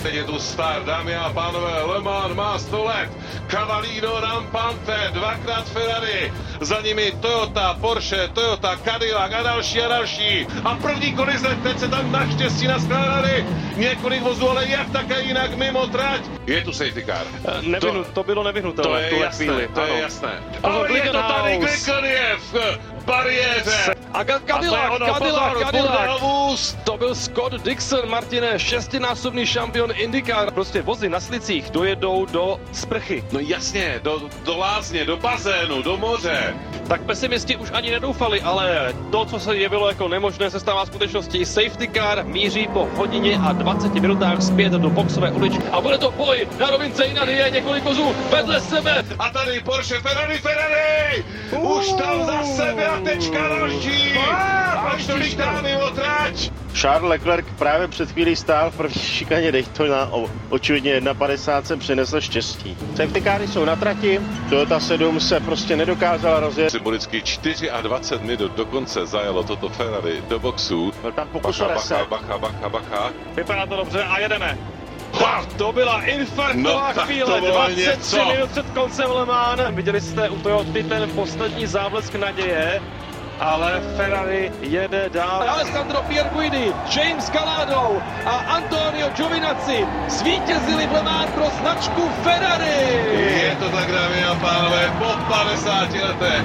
Teď je tu start, dámy a pánové, Le Mans má 100 let, Cavallino Rampante, dvakrát Ferrari, za nimi Toyota, Porsche, Toyota, Cadillac a další a další. A první kolize, teď se tam naštěstí naskládali několik vozů, ale jak také jinak mimo trať. Je tu safety car. To bylo nevyhnutelné v tuhle chvíli. To je jasné. Ale je to tady Glickenhaus v bariéře. A Cadillac. To byl Scott Dixon, Martine, šestinásobný šampion IndyCar. Prostě vozy na slicích dojedou do sprchy. No jasně, do lázně, do bazénu, do moře. Tak pesimisti už ani nedoufali, ale to, co se jevilo jako nemožné, se stává skutečností. Safety car míří po hodině a 20 minutách zpět do boxové uličky. A bude to boj na rovince Inady, několik vozů vedle sebe. A tady Porsche, Ferrari! Už tam za sebe a tečka další. Až to líktá mimo trať. Charles Leclerc právě před chvílí stál v první šikaně Daytona, očividně 1.50 se přinesl štěstí. Safety cary jsou na trati, Toyota 7 se prostě nedokázala rozjet. Symbolicky 24 minut dokonce zajelo toto Ferrari do boxu. Byl tam pokus o reset. Bacha. Vypadá to dobře a jedeme. To byla infarktová chvíle, 23 minut před koncem Le Mans. Viděli jste u Toyoty ten poslední záblesk naděje, ale Ferrari jede dál. Alessandro Pierguidi, James Calado a Antonio Giovinazzi zvítězili v Le Mans pro značku Ferrari. Je to tak, dámy a pánové, po 50 letech.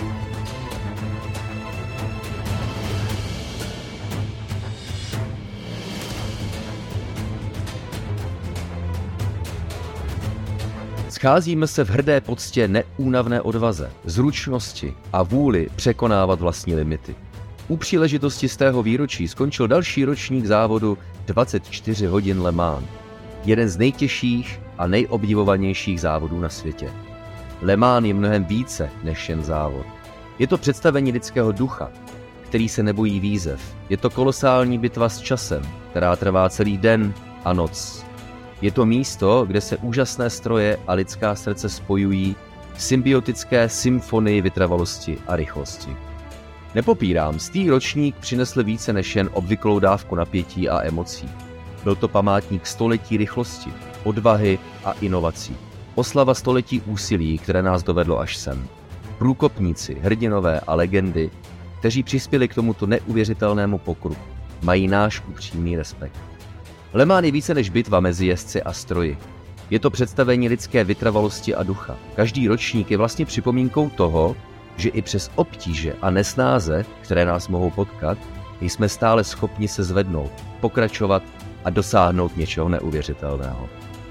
Scházíme se v hrdé poctě neúnavné odvaze, zručnosti a vůli překonávat vlastní limity. U příležitosti z tého výročí skončil další ročník závodu 24 hodin Le Mans. Jeden z nejtěžších a nejobdivovanějších závodů na světě. Le Mans je mnohem více než jen závod. Je to představení lidského ducha, který se nebojí výzev. Je to kolosální bitva s časem, která trvá celý den a noc. Je to místo, kde se úžasné stroje a lidská srdce spojují v symbiotické symfonii vytrvalosti a rychlosti. Nepopírám, stý ročník přinesl více než jen obvyklou dávku napětí a emocí. Byl to památník století rychlosti, odvahy a inovací. Oslava století úsilí, které nás dovedlo až sem. Průkopníci, hrdinové a legendy, kteří přispěli k tomuto neuvěřitelnému pokroku, mají náš upřímný respekt. Le Mans je více než bitva mezi jezdci a stroji. Je to představení lidské vytrvalosti a ducha. Každý ročník je vlastně připomínkou toho, že i přes obtíže a nesnáze, které nás mohou potkat, jsme stále schopni se zvednout, pokračovat a dosáhnout něčeho neuvěřitelného.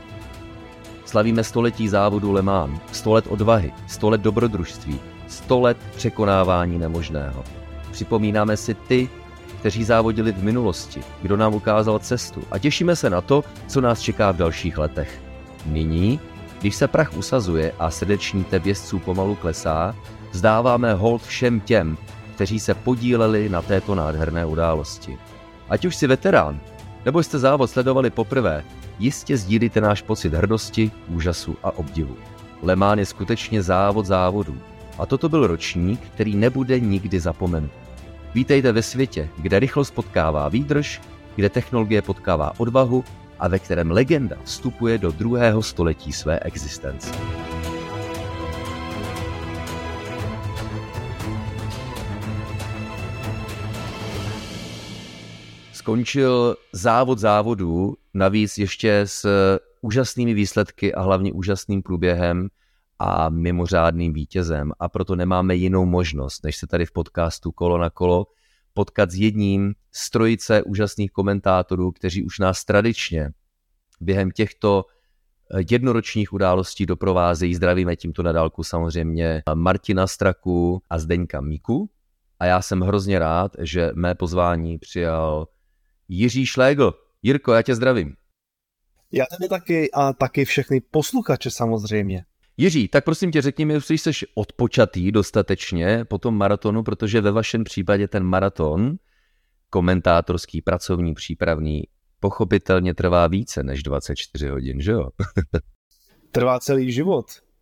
Slavíme století závodu Le Mans, 100 let odvahy, 100 let dobrodružství, 100 let překonávání nemožného. Připomínáme si ty, kteří závodili v minulosti, kdo nám ukázal cestu a těšíme se na to, co nás čeká v dalších letech. Nyní, když se prach usazuje a srdeční tep jezdců pomalu klesá, vzdáváme hold všem těm, kteří se podíleli na této nádherné události. Ať už si veterán, nebo jste závod sledovali poprvé, jistě sdílíte náš pocit hrdosti, úžasu a obdivu. Le Mans je skutečně závod závodů a toto byl ročník, který nebude nikdy zapomenut. Vítejte ve světě, kde rychlost potkává výdrž, kde technologie potkává odvahu a ve kterém legenda vstupuje do druhého století své existence. Skončil závod závodů, navíc ještě s úžasnými výsledky a hlavně úžasným průběhem a mimořádným vítězem. A proto nemáme jinou možnost, než se tady v podcastu Kolo na kolo potkat s jedním z trojice úžasných komentátorů, kteří už nás tradičně během těchto jednoročních událostí doprovázejí. Zdravíme tímto na dálku samozřejmě Martina Straku a Zdeňka Míku. A já jsem hrozně rád, že mé pozvání přijal Jiří Šlégl. Jirko, já tě zdravím. Já tebe taky a taky všechny posluchače samozřejmě. Jiří, tak prosím tě, řekni mi, jestli jsi odpočatý dostatečně po tom maratonu, protože ve vašem případě ten maraton, komentátorský, pracovní, přípravný, pochopitelně trvá více než 24 hodin, že jo? Trvá celý život.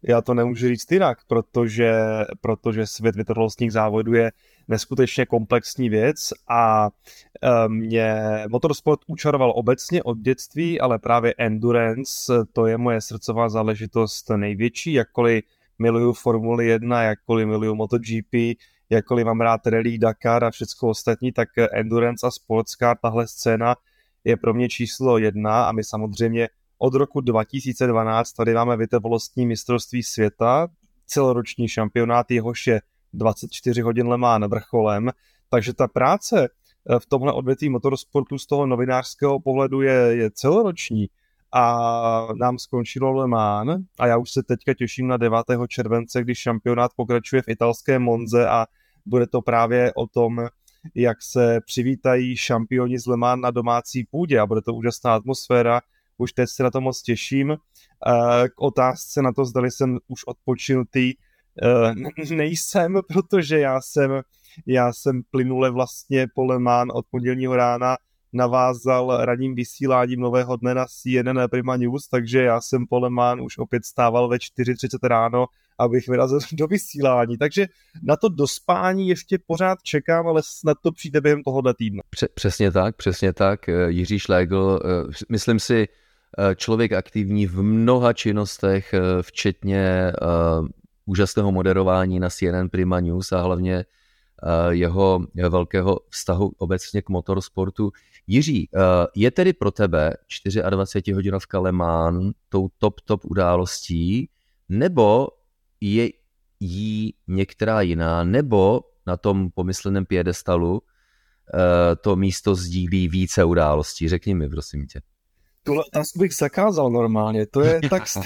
Já to nemůžu říct jinak, protože svět vytrvalostních závodů je neskutečně komplexní věc a mě motorsport učaroval obecně od dětství, ale právě endurance, to je moje srdcová záležitost největší, jakkoliv miluju Formuli 1, jakkoliv miluju MotoGP, jakkoliv mám rád Rally, Dakar a všechno ostatní, tak endurance a sportscar, tahle scéna je pro mě číslo 1 a my samozřejmě od roku 2012 tady máme vytrvalostní mistrovství světa, celoroční šampionát, jehož je 24 hodin Le Mans vrcholem, takže ta práce v tomhle odvětví motorsportu z toho novinářského pohledu je celoroční a nám skončilo Le Mans a já už se teďka těším na 9. července, když šampionát pokračuje v italské Monze a bude to právě o tom, jak se přivítají šampioni z Le Mans na domácí půdě a bude to úžasná atmosféra. Už teď se na to moc těším. K otázce na to, zdali jsem už odpočinutý, nejsem, protože já jsem plynule vlastně po Le Mans od pondělního rána navázal ranním vysíláním Nového dne na CNN Prima News, takže já jsem po Le Mans už opět stával ve 4:30 ráno, abych vyrazil do vysílání. Takže na to dospání ještě pořád čekám, ale snad to přijde během tohohle týdne. Přesně tak. Jiří Schlegel, myslím si, člověk aktivní v mnoha činnostech, včetně úžasného moderování na CNN Prima News a hlavně jeho velkého vztahu obecně k motorsportu. Jiří, je tedy pro tebe 24hodinovka Le Mans tou top událostí, nebo je jí některá jiná, nebo na tom pomysleném piedestalu to místo sdílí více událostí? Řekni mi, prosím tě. Tuhle otázku bych zakázal normálně, to je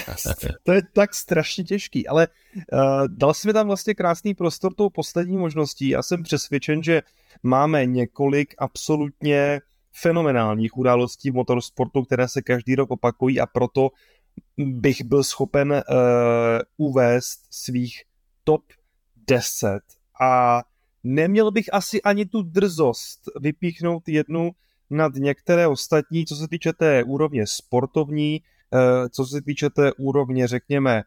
tak strašně těžký, ale dal jsi mi tam vlastně krásný prostor tou poslední možností. Já jsem přesvědčen, že máme několik absolutně fenomenálních událostí v motorsportu, které se každý rok opakují a proto bych byl schopen uvést svých top 10 a neměl bych asi ani tu drzost vypíchnout jednu nad některé ostatní, co se týče té úrovně sportovní, co se týče té úrovně, řekněme,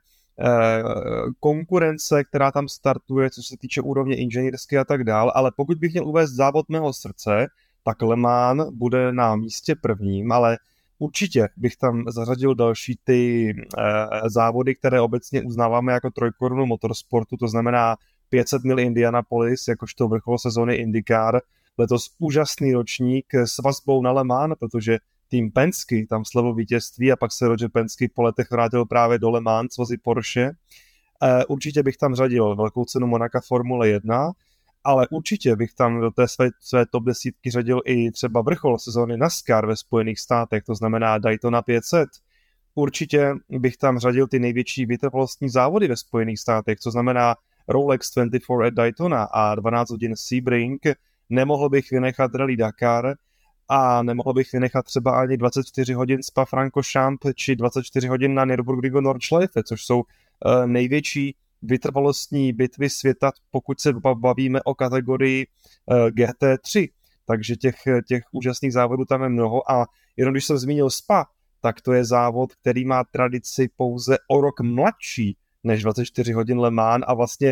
konkurence, která tam startuje, co se týče úrovně inženýrské a tak dál, ale pokud bych měl uvést závod mého srdce, tak Le Mans bude na místě prvním, ale určitě bych tam zařadil další ty závody, které obecně uznáváme jako trojkorunu motorsportu, to znamená 500 mil Indianapolis, jakožto vrchol sezóny IndyCar, letos úžasný ročník s vazbou na Le Mans, protože tým Penske tam slavil vítězství a pak se Roger Penske po letech vrátil právě do Le Mans s vozy Porsche. Určitě bych tam řadil velkou cenu Monaka Formule 1, ale určitě bych tam do té své top 10 řadil i třeba vrchol sezóny NASCAR ve Spojených státech, to znamená Daytona 500. Určitě bych tam řadil ty největší vytrvalostní závody ve Spojených státech, co znamená Rolex 24 at Daytona a 12 hodin Sebring. Nemohl bych vynechat Rally Dakar a nemohl bych vynechat třeba ani 24 hodin Spa-Francorchamps či 24 hodin na Nürburgringu Nordschleife, což jsou největší vytrvalostní bitvy světa, pokud se bavíme o kategorii GT3. Takže těch úžasných závodů tam je mnoho a jenom když jsem zmínil Spa, tak to je závod, který má tradici pouze o rok mladší než 24 hodin Le Mans a vlastně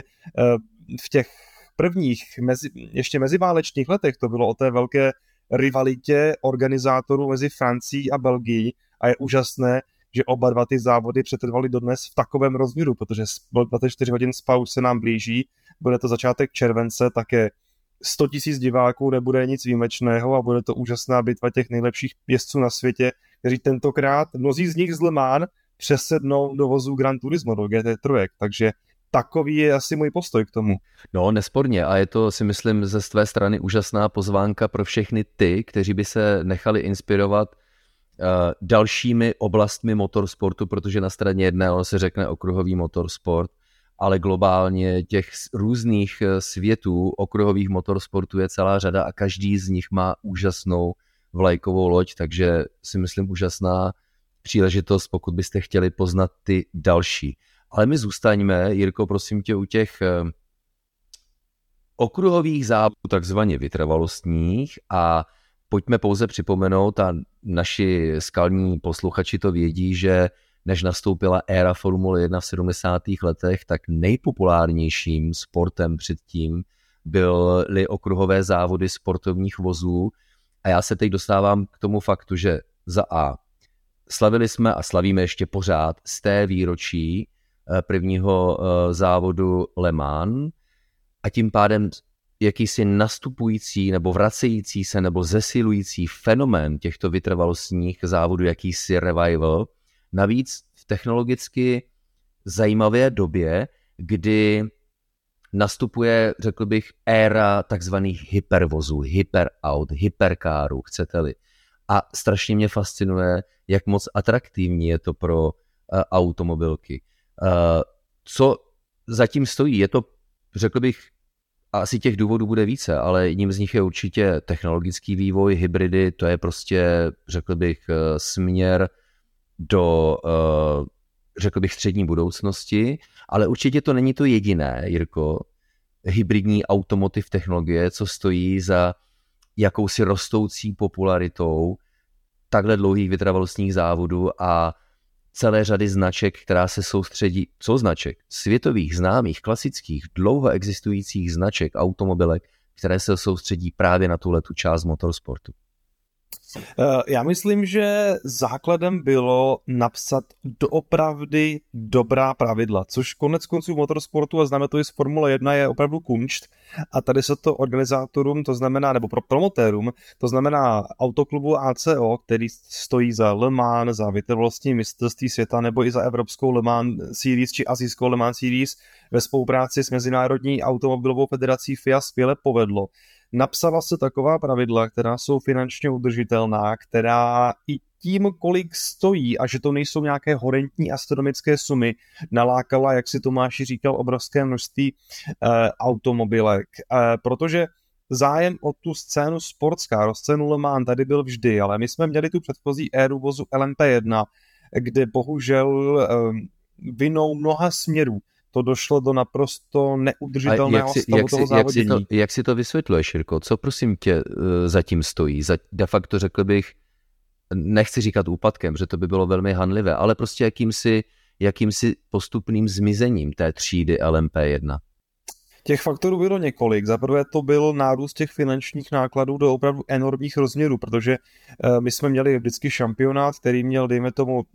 v těch prvních ještě meziválečných letech to bylo o té velké rivalitě organizátorů mezi Francií a Belgií a je úžasné, že oba dva ty závody přetrvaly dodnes v takovém rozměru, protože 24 hodin Spa už se nám blíží, bude to začátek července, také 100 000 diváků nebude nic výjimečného a bude to úžasná bitva těch nejlepších jezdců na světě, kteří tentokrát, mnozí z nich z Le Mans, přesednou do vozů Gran Turismo, do GT3, takže takový je asi můj postoj k tomu. No, nesporně a je to, si myslím, ze své strany úžasná pozvánka pro všechny ty, kteří by se nechali inspirovat dalšími oblastmi motorsportu, protože na straně jedné ono se řekne okruhový motorsport, ale globálně těch různých světů okruhových motorsportů je celá řada a každý z nich má úžasnou vlajkovou loď, takže si myslím úžasná příležitost, pokud byste chtěli poznat ty další. Ale my zůstaňme, Jirko, prosím tě, u těch okruhových závodů, takzvaně vytrvalostních a pojďme pouze připomenout, a naši skalní posluchači to vědí, že než nastoupila éra Formule 1 v 70. letech, tak nejpopulárnějším sportem předtím byly okruhové závody sportovních vozů. A já se teď dostávám k tomu faktu, že za A slavili jsme a slavíme ještě pořád z té výročí prvního závodu Le Mans a tím pádem jakýsi nastupující nebo vracející se nebo zesilující fenomén těchto vytrvalostních závodů, jakýsi revival, navíc v technologicky zajímavé době, kdy nastupuje, řekl bych, éra takzvaných hypervozů, hyperaut, hyperkárů, chcete-li. A strašně mě fascinuje, jak moc atraktivní je to pro automobilky. Co zatím stojí? Je to, řekl bych, asi těch důvodů bude více, ale jedním z nich je určitě technologický vývoj, hybridy, to je prostě, řekl bych, směr do, řekl bych, střední budoucnosti, ale určitě to není to jediné, Jirko, hybridní automotive technologie, co stojí za jakousi rostoucí popularitou takhle dlouhých vytrvalostních závodů a celé řady značek, která se soustředí, co značek? Světových, známých, klasických, dlouho existujících značek automobilek, které se soustředí právě na tuhletu část motorsportu. Já myslím, že základem bylo napsat doopravdy dobrá pravidla, což konec konců motorsportu a známe to i z Formule 1 je opravdu kunšt a tady se to organizátorům, to znamená, nebo pro promotérům, to znamená autoklubu ACO, který stojí za Le Mans, za vytrvalostní mistrovství světa nebo i za Evropskou Le Mans Series či Asijskou Le Mans Series ve spolupráci s Mezinárodní automobilovou federací FIA skvěle povedlo. Napsala se taková pravidla, která jsou finančně udržitelná, která i tím, kolik stojí a že to nejsou nějaké horentní astronomické sumy, nalákala, jak si Tomáši říkal, obrovské množství automobilek. Protože zájem o tu scénu sportská, o scénu Le Mans tady byl vždy, ale my jsme měli tu předchozí éru vozu LMP1, kde bohužel vinou mnoha směrů to došlo do naprosto neudržitelného stavu toho závodění. Jak si to vysvětluješ, Jirko? Co prosím tě zatím stojí? De facto řekl bych, nechci říkat úpadkem, že to by bylo velmi hanlivé, ale prostě jakýmsi postupným zmizením té třídy LMP1. Těch faktorů bylo několik. Zaprvé to byl nárůst těch finančních nákladů do opravdu enormních rozměrů, protože my jsme měli vždycky šampionát, který měl, dejme tomu,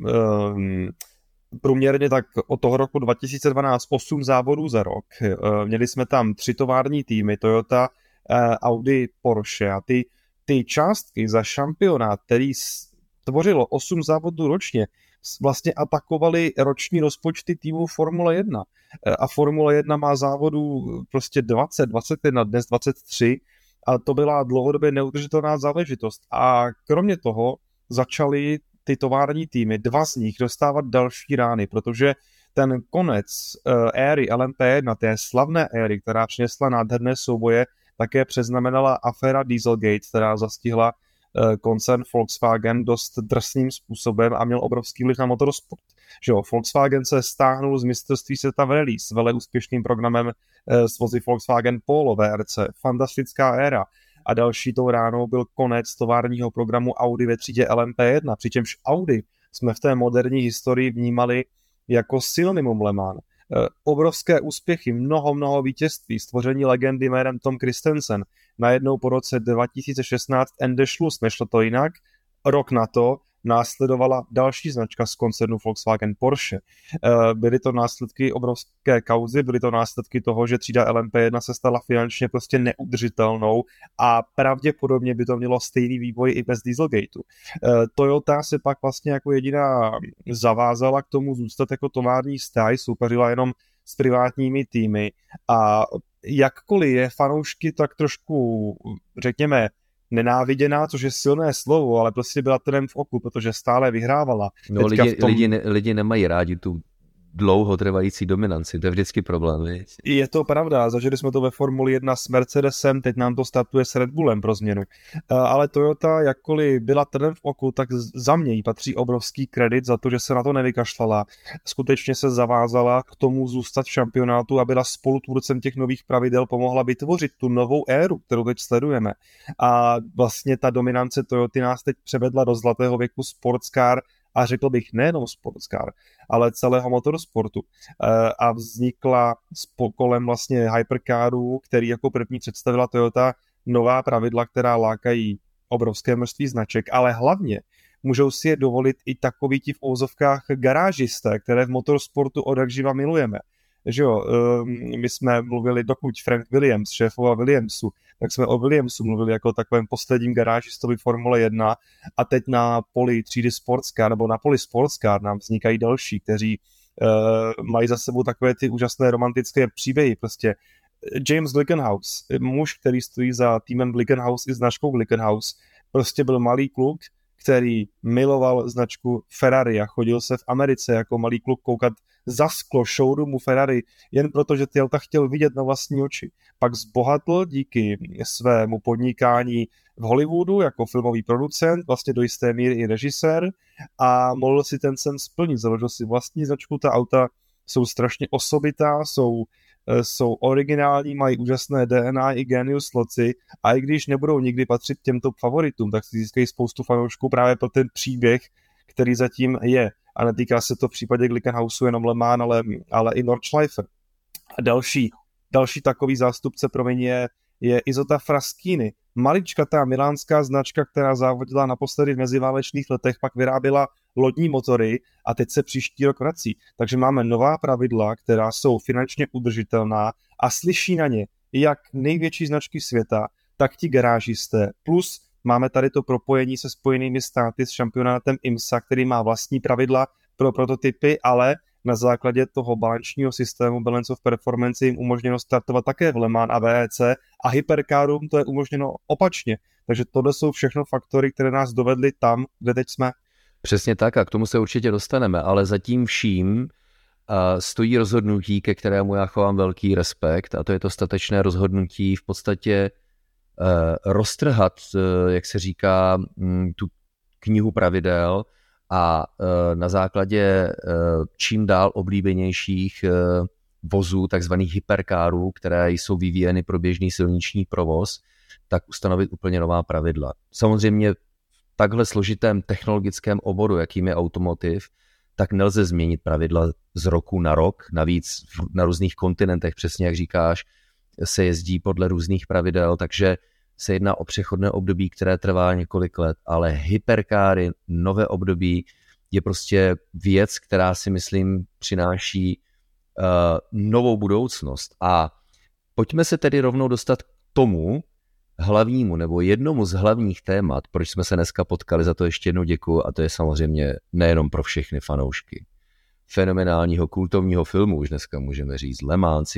průměrně tak od toho roku 2012 8 závodů za rok. Měli jsme tam 3 tovární týmy, Toyota, Audi, Porsche a ty částky za šampionát, který tvořilo 8 závodů ročně, vlastně atakovaly roční rozpočty týmů Formule 1. A Formule 1 má závodů prostě 21, dnes 23 a to byla dlouhodobě neudržitelná záležitost. A kromě toho začaly ty tovární týmy, 2 z nich dostávat další rány, protože ten konec éry LMP1, té slavné éry, která přinesla nádherné souboje, také přeznamenala aféra Dieselgate, která zastihla koncern Volkswagen dost drsným způsobem a měl obrovský vliv na motorsport. Že jo, Volkswagen se stáhnul z mistrovství světa v rally s veleúspěšným programem s vozy Volkswagen Polo VRC. Fantastická éra. A další tou ránou byl konec továrního programu Audi ve třídě LMP1, přičemž Audi jsme v té moderní historii vnímali jako synonymum Le Mans. Obrovské úspěchy, mnoho vítězství, stvoření legendy jménem Tom Christensen. Najednou po roce 2016 Ende Schluss, nešlo to jinak. Rok na to následovala další značka z koncernu Volkswagen Porsche. Byly to následky obrovské kauzy, byly to následky toho, že třída LMP1 se stala finančně prostě neudržitelnou a pravděpodobně by to mělo stejný vývoj i bez Dieselgateu. Toyota se pak vlastně jako jediná zavázala k tomu zůstat jako tovární stáj, soupeřila jenom s privátními týmy a jakkoliv je fanoušky tak trošku, řekněme, nenáviděná, což je silné slovo, ale prostě byla trnem v oku, protože stále vyhrávala. No, lidi nemají rádi tu dlouhotrvající dominanci, to je vždycky problém. Víc. Je to pravda, zažili jsme to ve Formuli 1 s Mercedesem, teď nám to startuje s Red Bullem pro změnu. Ale Toyota, jakkoliv byla trnem v oku, tak za mě jí patří obrovský kredit za to, že se na to nevykašlala. Skutečně se zavázala k tomu zůstat v šampionátu a byla spolutvůrcem těch nových pravidel, pomohla vytvořit tu novou éru, kterou teď sledujeme. A vlastně ta dominance Toyoty nás teď převedla do zlatého věku sportscar a řekl bych nejenom sportscar, ale celého motorsportu. A vznikla kolem vlastně hypercarů, který jako první představila Toyota, nová pravidla, která lákají obrovské množství značek, ale hlavně můžou si je dovolit i takoví ti v úvozovkách garážisté, které v motorsportu odjakživa milujeme. Že jo, my jsme mluvili, dokud Frank Williams, šéfova Williamsu, tak jsme o Williamsu mluvili jako takovém posledním garážistovi Formule 1 a teď na poli třídy Sportscar nebo na poli Sportscar nám vznikají další, kteří mají za sebou takové ty úžasné romantické příběhy. Prostě James Glickenhaus, muž, který stojí za týmem Glickenhaus i značkou Glickenhaus, prostě byl malý kluk, který miloval značku Ferrari a chodil se v Americe jako malý kluk koukat za sklo showroomu Ferrari, jen protože ty auta chtěl vidět na vlastní oči. Pak zbohatl díky svému podnikání v Hollywoodu jako filmový producent, vlastně do jisté míry i režisér a mohl si ten sen splnit. Založil si vlastní značku, ta auta jsou strašně osobitá, jsou originální, mají úžasné DNA i genius loci a i když nebudou nikdy patřit těmto favoritům, tak si získají spoustu fanoušků právě pro ten příběh, který zatím je. A netýká se to v případě Glickenhausu jenom Le Mans, ale i Nordschleife. A další takový zástupce pro mě je Isotta Fraschini. Maličkatá milánská značka, která závodila naposledy v meziválečných letech, pak vyráběla lodní motory a teď se příští rok vrací. Takže máme nová pravidla, která jsou finančně udržitelná a slyší na ně jak největší značky světa, tak ti garážisté. Plus máme tady to propojení se Spojenými státy s šampionátem IMSA, který má vlastní pravidla pro prototypy, ale na základě toho balančního systému Balance of Performance jim umožněno startovat také v Le Mans a WEC a hypercarům to je umožněno opačně. Takže tohle jsou všechno faktory, které nás dovedly tam, kde teď jsme. Přesně tak a k tomu se určitě dostaneme, ale zatím vším stojí rozhodnutí, ke kterému já chovám velký respekt a to je to statečné rozhodnutí v podstatě roztrhat, jak se říká, tu knihu pravidel a na základě čím dál oblíbenějších vozů, takzvaných hyperkárů, které jsou vyvíjeny pro běžný silniční provoz, tak ustanovit úplně nová pravidla. Samozřejmě v takhle složitém technologickém oboru, jakým je automotiv, tak nelze změnit pravidla z roku na rok. Navíc na různých kontinentech, přesně jak říkáš, se jezdí podle různých pravidel, takže se jedná o přechodné období, které trvá několik let, ale hyperkáry, nové období je prostě věc, která si myslím přináší novou budoucnost. A pojďme se tedy rovnou dostat k tomu hlavnímu nebo jednomu z hlavních témat, proč jsme se dneska potkali, za to ještě jednou děkuju, a to je samozřejmě nejenom pro všechny fanoušky fenomenálního kultovního filmu, už dneska můžeme říct Le Mans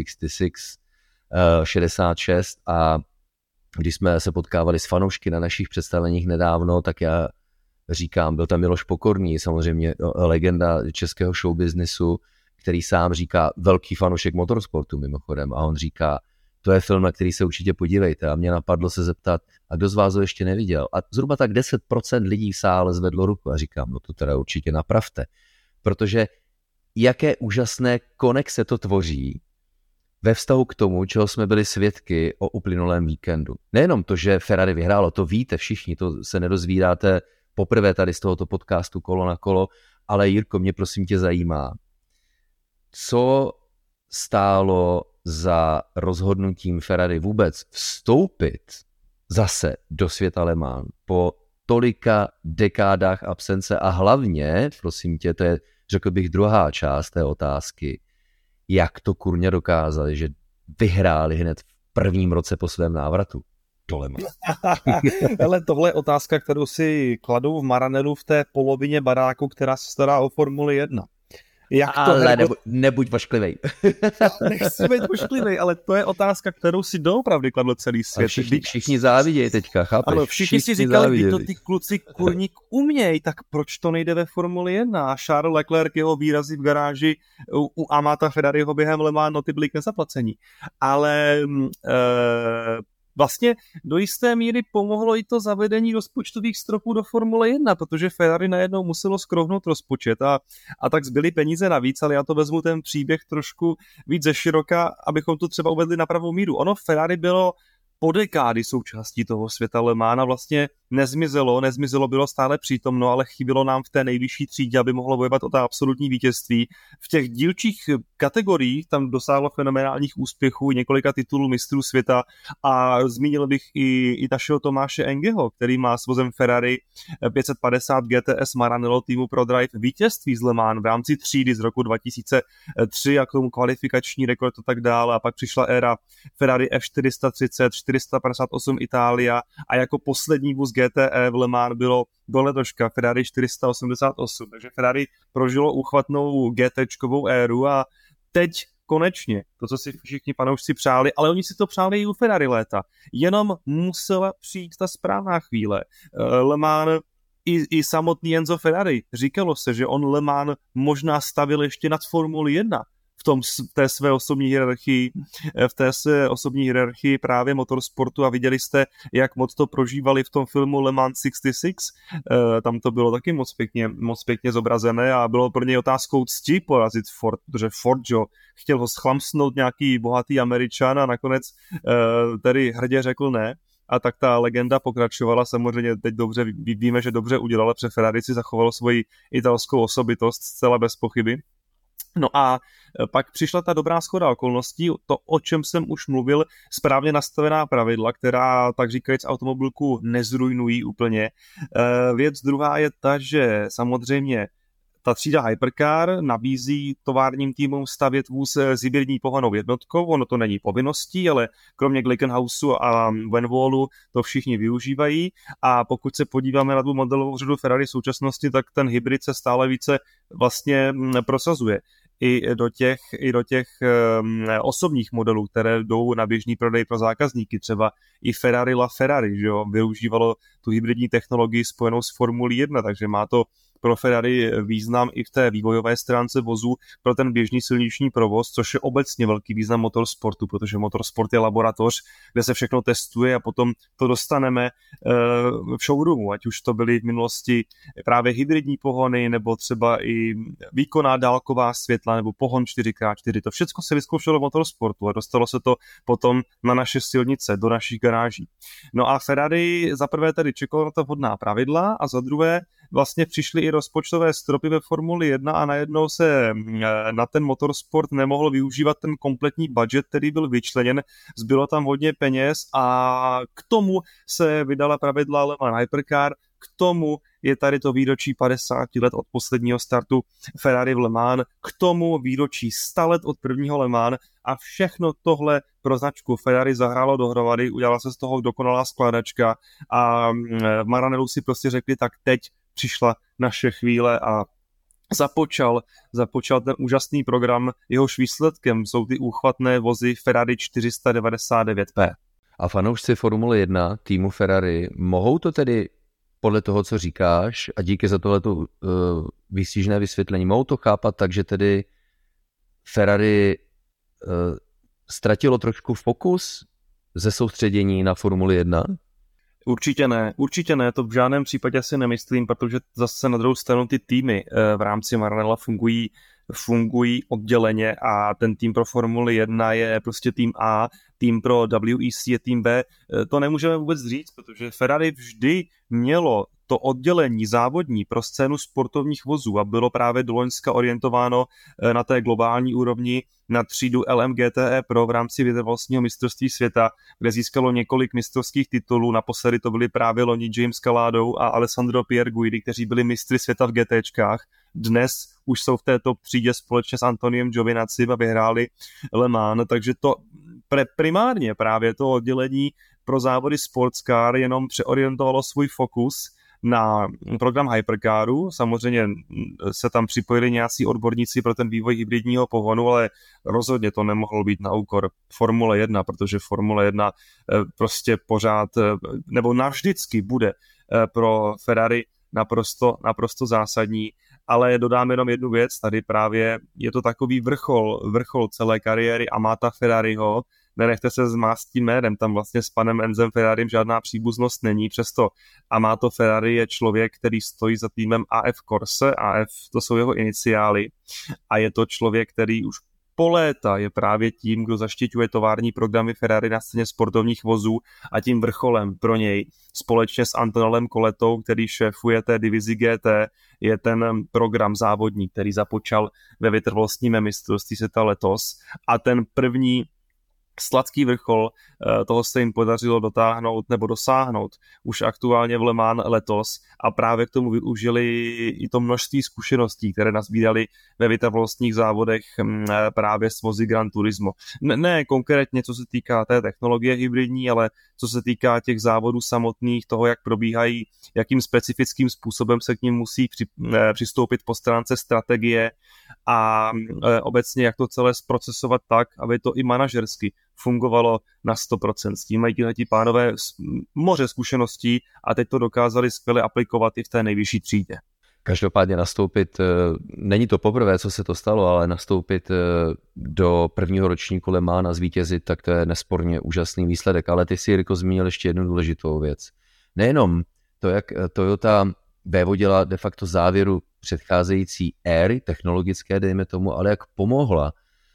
66 a když jsme se potkávali s fanoušky na našich představeních nedávno, tak já říkám, byl tam Miloš Pokorný, samozřejmě legenda českého showbiznisu, který sám říká, velký fanoušek motorsportu mimochodem, a on říká, to je film, na který se určitě podívejte. A mě napadlo se zeptat, a kdo z vás ho ještě neviděl? A zhruba tak 10% lidí v sále zvedlo ruku a říkám, no to teda určitě napravte. Protože jaké úžasné konexe to tvoří ve vztahu k tomu, čeho jsme byli svědky o uplynulém víkendu. Nejenom to, že Ferrari vyhrálo, to víte všichni, to se nedozvídáte poprvé tady z tohoto podcastu Kolo na kolo, ale Jirko, mě prosím tě zajímá, co stálo za rozhodnutím Ferrari vůbec vstoupit zase do světa Le Mans po tolika dekádách absence a hlavně, prosím tě, to je, řekl bych, druhá část té otázky, jak to kurně dokázali, že vyhráli hned v prvním roce po svém návratu do Le Mans. Ale tohle je otázka, kterou si kladou v Maranelu v té polovině baráku, která se stará o Formuli 1. Jak to ale nebuď vošklivej. Nechci být vošklivej, ale to je otázka, kterou si doopravdy kladl celý svět. Všichni závidějí teďka, chápeš? Ano, všichni si říkali, že to ty kluci kurník umějí, tak proč to nejde ve Formuli 1? A Charles Leclerc, jeho výrazy v garáži u Amata Ferrariho během Le Mans, no ty byly k nezaplacení. Ale vlastně do jisté míry pomohlo i to zavedení rozpočtových stropů do Formule 1, protože Ferrari najednou muselo skrovnout rozpočet a tak zbyly peníze navíc, ale já to vezmu ten příběh trošku víc ze široka, abychom to třeba uvedli na pravou míru. Ono Ferrari bylo po dekády součástí toho světa Le Mans a vlastně nezmizelo, bylo stále přítomno, ale chybělo nám v té nejvyšší třídě, aby mohlo bojovat o ta absolutní vítězství. V těch dílčích kategoriích tam dosáhlo fenomenálních úspěchů, několika titulů mistrů světa a zmínil bych i našeho Tomáše Engeho, který má s vozem Ferrari 550 GTS Maranello týmu ProDrive vítězství z Le Mans v rámci třídy z roku 2003 a k tomu kvalifikační rekord a tak dále. A pak přišla éra Ferrari F430, 458 Itália a jako poslední vůz GTE v Le Mans bylo do letoška Ferrari 488. Takže Ferrari prožilo úchvatnou GT-čkovou éru a teď konečně, to, co si všichni fanoušci přáli, ale oni si to přáli i u Ferrari léta. Jenom musela přijít ta správná chvíle. Le Mans i samotný Enzo Ferrari, říkalo se, že on Le Mans možná stavil ještě nad Formuli 1 v té své osobní hierarchii právě motorsportu a viděli jste, jak moc to prožívali v tom filmu Le Mans 66. Tam to bylo taky moc pěkně zobrazené a bylo pro něj otázkou cti porazit Ford, protože Ford, jo, chtěl ho schlamsnout nějaký bohatý Američan a nakonec tedy hrdě řekl ne. A tak ta legenda pokračovala, samozřejmě teď dobře víme, že dobře udělala, protože Ferrari si zachovalo svoji italskou osobitost zcela bez pochyby. No a pak přišla ta dobrá shoda okolností, to, o čem jsem už mluvil, správně nastavená pravidla, která, tak říkajíc, automobilku nezrujnují úplně. Věc druhá je ta, že samozřejmě ta třída Hypercar nabízí továrním týmům stavět vůz s hybridní pohonnou jednotkou, ono to není povinností, ale kromě Glickenhausu a Vanwallu to všichni využívají a pokud se podíváme na tu modelovou řadu Ferrari v současnosti, tak ten hybrid se stále více vlastně prosazuje. I do těch osobních modelů, které jdou na běžný prodej pro zákazníky, třeba i Ferrari LaFerrari, že jo, využívalo tu hybridní technologii spojenou s Formulí 1, takže má to pro Ferrari význam i v té vývojové stránce vozu pro ten běžný silniční provoz, což je obecně velký význam motorsportu, protože motorsport je laboratoř, kde se všechno testuje a potom to dostaneme v showroomu, ať už to byly v minulosti právě hybridní pohony, nebo třeba i výkonná dálková světla, nebo pohon 4x4. To všechno se vyzkoušelo v motorsportu a dostalo se to potom na naše silnice, do našich garáží. No a Ferrari za prvé tady čekalo na to vhodná pravidla a za druhé vlastně přišly i rozpočtové stropy ve Formuli 1 a najednou se na ten motorsport nemohl využívat ten kompletní budget, který byl vyčleněn, zbylo tam hodně peněz a k tomu se vydala pravidla Le Mans Hypercar, k tomu je tady to výročí 50 let od posledního startu Ferrari v Le Mans, k tomu výročí 100 let od prvního Le Mans a všechno tohle pro značku Ferrari zahrálo dohromady, udělala se z toho dokonalá skládačka a v Maranellu si prostě řekli, tak teď přišla naše chvíle a započal ten úžasný program, jehož výsledkem jsou ty úchvatné vozy Ferrari 499P. A fanoušci Formule 1 týmu Ferrari mohou to tedy podle toho, co říkáš a díky za tohleto výstižné vysvětlení, mohou to chápat tak, že tedy Ferrari ztratilo trošku fokus ze soustředění na Formuli 1? Určitě ne, to v žádném případě si nemyslím, protože zase na druhou stranu ty týmy v rámci Maranella fungují odděleně a ten tým pro Formuli 1 je prostě tým A, tým pro WEC je tým B. To nemůžeme vůbec říct, protože Ferrari vždy mělo to oddělení závodní pro scénu sportovních vozů a bylo právě do loňska orientováno na té globální úrovni na třídu LMGTE Pro v rámci vytrvalostního mistrovství světa, kde získalo několik mistrovských titulů. Naposledy to byli právě loni James Calado a Alessandro Pierguidi, kteří byli mistry světa v GTčkách. Dnes už jsou v té top třídě společně s Antoniem Giovinazzi a vyhráli Le Mans, takže to primárně právě to oddělení pro závody Sportscar jenom přeorientovalo svůj fokus na program Hypercaru. Samozřejmě se tam připojili nějací odborníci pro ten vývoj hybridního pohonu, ale rozhodně to nemohlo být na úkor Formule 1, protože Formule 1 prostě pořád, nebo navždycky bude pro Ferrari naprosto zásadní. Ale dodám jenom jednu věc, tady právě je to takový vrchol celé kariéry Amata Ferrariho. Nenechte se zmást tím jménem, tam vlastně s panem Enzem Ferrarim žádná příbuznost není, přesto Amato Ferrari je člověk, který stojí za týmem AF Corse, AF to jsou jeho iniciály a je to člověk, který už po léta je právě tím, kdo zaštiťuje tovární programy Ferrari na scéně sportovních vozů a tím vrcholem pro něj společně s Antonellem Coletou, který šéfuje té divizi GT, je ten program závodní, který započal ve vytrvalostním mistrovství světa letos a ten první sladký vrchol, toho se jim podařilo dosáhnout už aktuálně v Le Mans letos a právě k tomu využili i to množství zkušeností, které nazbírali ve vytrvalostních závodech právě s vozy Gran Turismo. Ne konkrétně, co se týká té technologie hybridní, ale co se týká těch závodů samotných, toho, jak probíhají, jakým specifickým způsobem se k ním musí přistoupit po stránce strategie a obecně jak to celé zprocesovat tak, aby to i manažersky fungovalo na 100%. S tím mají ti pánové moře zkušeností a teď to dokázali skvěle aplikovat i v té nejvyšší třídě. Každopádně nastoupit, není to poprvé, co se to stalo, ale nastoupit do prvního ročníku Le Mans a zvítězit, tak to je nesporně úžasný výsledek. Ale ty si, Jirko, zmínil ještě jednu důležitou věc. Nejenom to, jak Toyota vévodila de facto závěru předcházející éry technologické, dejme tomu, ale jak pomohla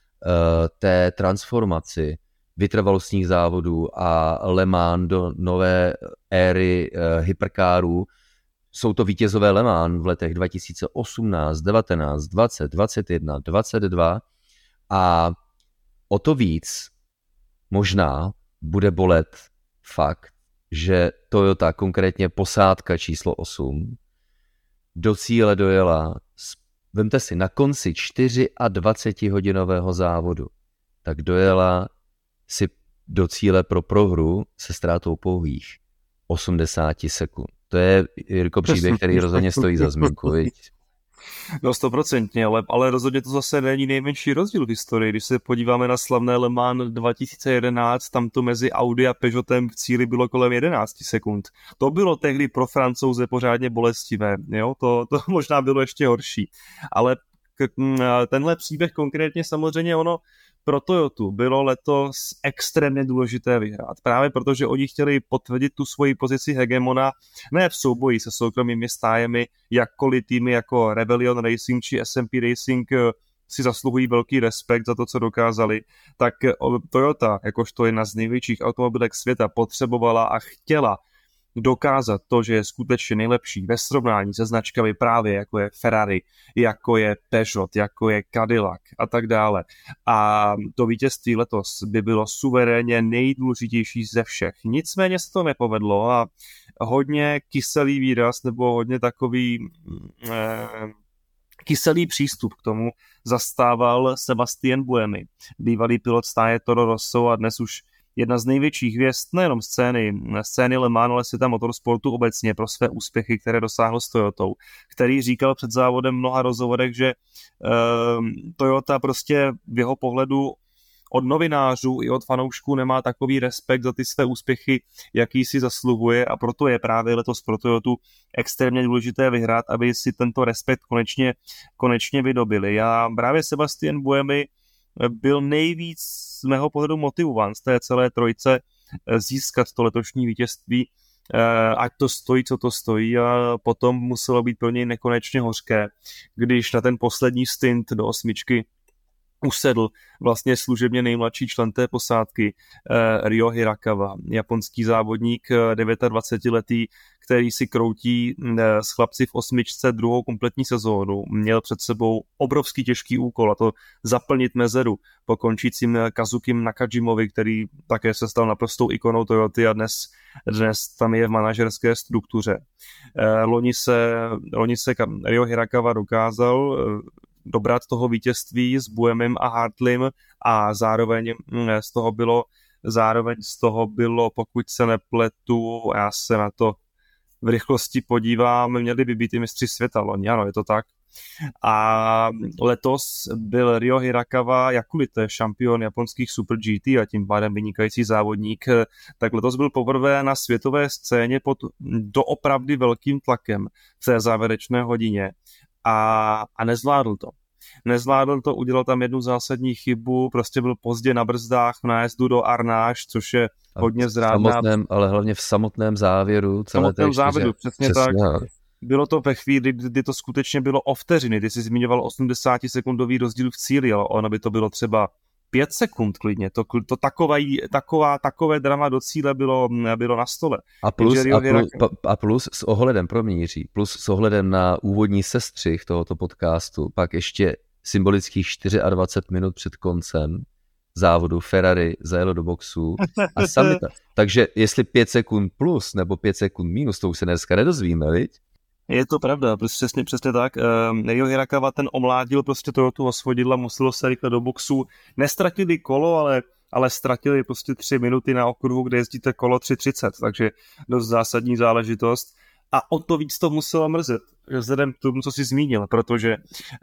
té transformaci vytrvalostních závodů a Le Mans do nové éry hypercarů. Jsou to vítězové Le Mans v letech 2018, 19, 20, 21, 22 a o to víc možná bude bolet fakt, že Toyota, konkrétně posádka číslo 8, do cíle dojela, vemte si, na konci 24-hodinového závodu, tak dojela si do cíle pro prohru se ztrátou pouhých 80 sekund. To je, Jirko, příběh, který rozhodně stojí za zmínku, viď? No 100%, ale rozhodně to zase není nejmenší rozdíl v historii. Když se podíváme na slavné Le Mans 2011, tam to mezi Audi a Peugeotem v cíli bylo kolem 11 sekund. To bylo tehdy pro Francouze pořádně bolestivé, jo? To možná bylo ještě horší. Ale tenhle příběh konkrétně samozřejmě pro Toyotu bylo letos extrémně důležité vyhrát. Právě protože oni chtěli potvrdit tu svoji pozici hegemona ne v souboji se soukromými stájemi, jakkoliv týmy jako Rebellion Racing či SMP Racing si zasluhují velký respekt za to, co dokázali, tak Toyota, jakožto jedna z největších automobilek světa, potřebovala a chtěla dokázat to, že je skutečně nejlepší ve srovnání se značkami právě jako je Ferrari, jako je Peugeot, jako je Cadillac a tak dále. A to vítězství letos by bylo suverénně nejdůležitější ze všech. Nicméně se to nepovedlo a hodně kyselý výraz nebo hodně takový kyselý přístup k tomu zastával Sébastien Buemi, bývalý pilot stáje Toro Rosso a dnes už jedna z největších hvězd nejenom scény Le Mans, ale světa motorsportu obecně pro své úspěchy, které dosáhlo s Toyotou, který říkal před závodem v mnoha rozhovorech, že Toyota prostě v jeho pohledu od novinářů i od fanoušků nemá takový respekt za ty své úspěchy, jaký si zasluhuje a proto je právě letos pro Toyotu extrémně důležité vyhrát, aby si tento respekt konečně vydobili. A právě Sébastien Buemi byl nejvíc z mého pohledu motivován z té celé trojce získat to letošní vítězství, ať to stojí, co to stojí, a potom muselo být pro něj nekonečně hořké, když na ten poslední stint do 8 usedl vlastně služebně nejmladší člen té posádky Ryo Hirakawa, japonský závodník 29letý, který si kroutí s chlapci v 8 druhou kompletní sezónu. Měl před sebou obrovský těžký úkol, a to zaplnit mezeru po končícím Kazukim Nakajimovi, který také se stal naprostou ikonou Toyoty a dnes tam je v manažerské struktuře. Loni se Ryo Hirakawa dokázal dobrat toho vítězství s Buemem a Hartlim a zároveň z toho bylo, pokud se nepletu, já se na to v rychlosti podívám, měli by být i mistři světa loni, ano, je to tak. A letos byl Ryo Hirakawa, jakkoliv to je šampion japonských Super GT a tím pádem vynikající závodník, tak letos byl poprvé na světové scéně pod doopravdy velkým tlakem v té závěrečné hodině. A nezvládl to, udělal tam jednu zásadní chybu, prostě byl pozdě na brzdách v nájezdu do Arnáš, což je hodně zrádná. Ale hlavně v samotném závěru. Přesně tak. bylo to ve chvíli, kdy to skutečně bylo o vteřiny. Ty jsi zmiňoval 80-sekundový rozdíl v cíli, ale ono by to bylo třeba 5 sekund klidně. Takové drama do cíle bylo na stole. A plus s ohledem, promiň Jiří, plus s ohledem na úvodní sestřih tohoto podcastu, pak ještě symbolických 24 minut před koncem závodu Ferrari zajelo do boxu a sami takže jestli 5 sekund plus nebo 5 sekund minus, to už se dneska nedozvíme, viď? Je to pravda, přesně tak. Neil Hirakawa ten omládil prostě Toyotu osvodidla, muselo se rychle do boxu. Nestratili kolo, ale ztratili prostě 3 minuty na okruhu, kde jezdíte kolo 3:30, takže dost zásadní záležitost. A o to víc to muselo mrzet, vzhledem k tomu, co jsi zmínil, protože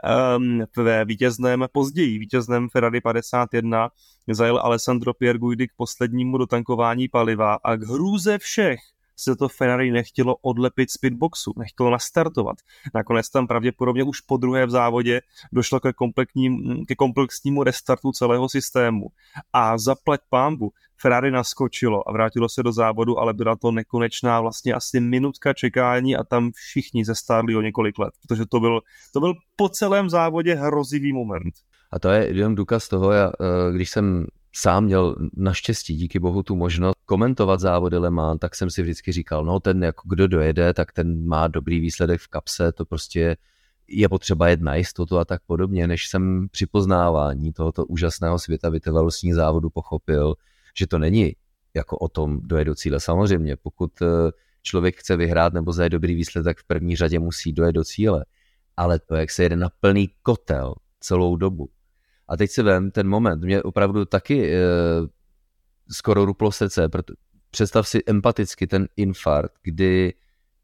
ve vítězném Ferrari 51 zajel Alessandro Pierguidi k poslednímu dotankování paliva a k hrůze všech se to Ferrari nechtělo odlepit z pitboxu, nechtělo nastartovat. Nakonec tam pravděpodobně už po druhé v závodě došlo ke komplexnímu restartu celého systému. A zaplať pánbu, Ferrari naskočilo a vrátilo se do závodu, ale byla to nekonečná vlastně asi minutka čekání a tam všichni zestárli o několik let, protože to byl po celém závodě hrozivý moment. A to je jenom důkaz toho, když jsem sám měl naštěstí díky bohu tu možnost komentovat závody Le Mans, tak jsem si vždycky říkal, no ten jako kdo dojede, tak ten má dobrý výsledek v kapse, to prostě je potřeba jet na jistotu a tak podobně, než jsem při poznávání tohoto úžasného světa vytrvalostních závodů pochopil, že to není jako o tom dojet do cíle. Samozřejmě, pokud člověk chce vyhrát nebo zajet dobrý výsledek, v první řadě musí dojet do cíle, ale to, jak se jede na plný kotel celou dobu. A teď si vem ten moment, mě opravdu taky skoro ruplo srdce, představ si empaticky ten infarkt, kdy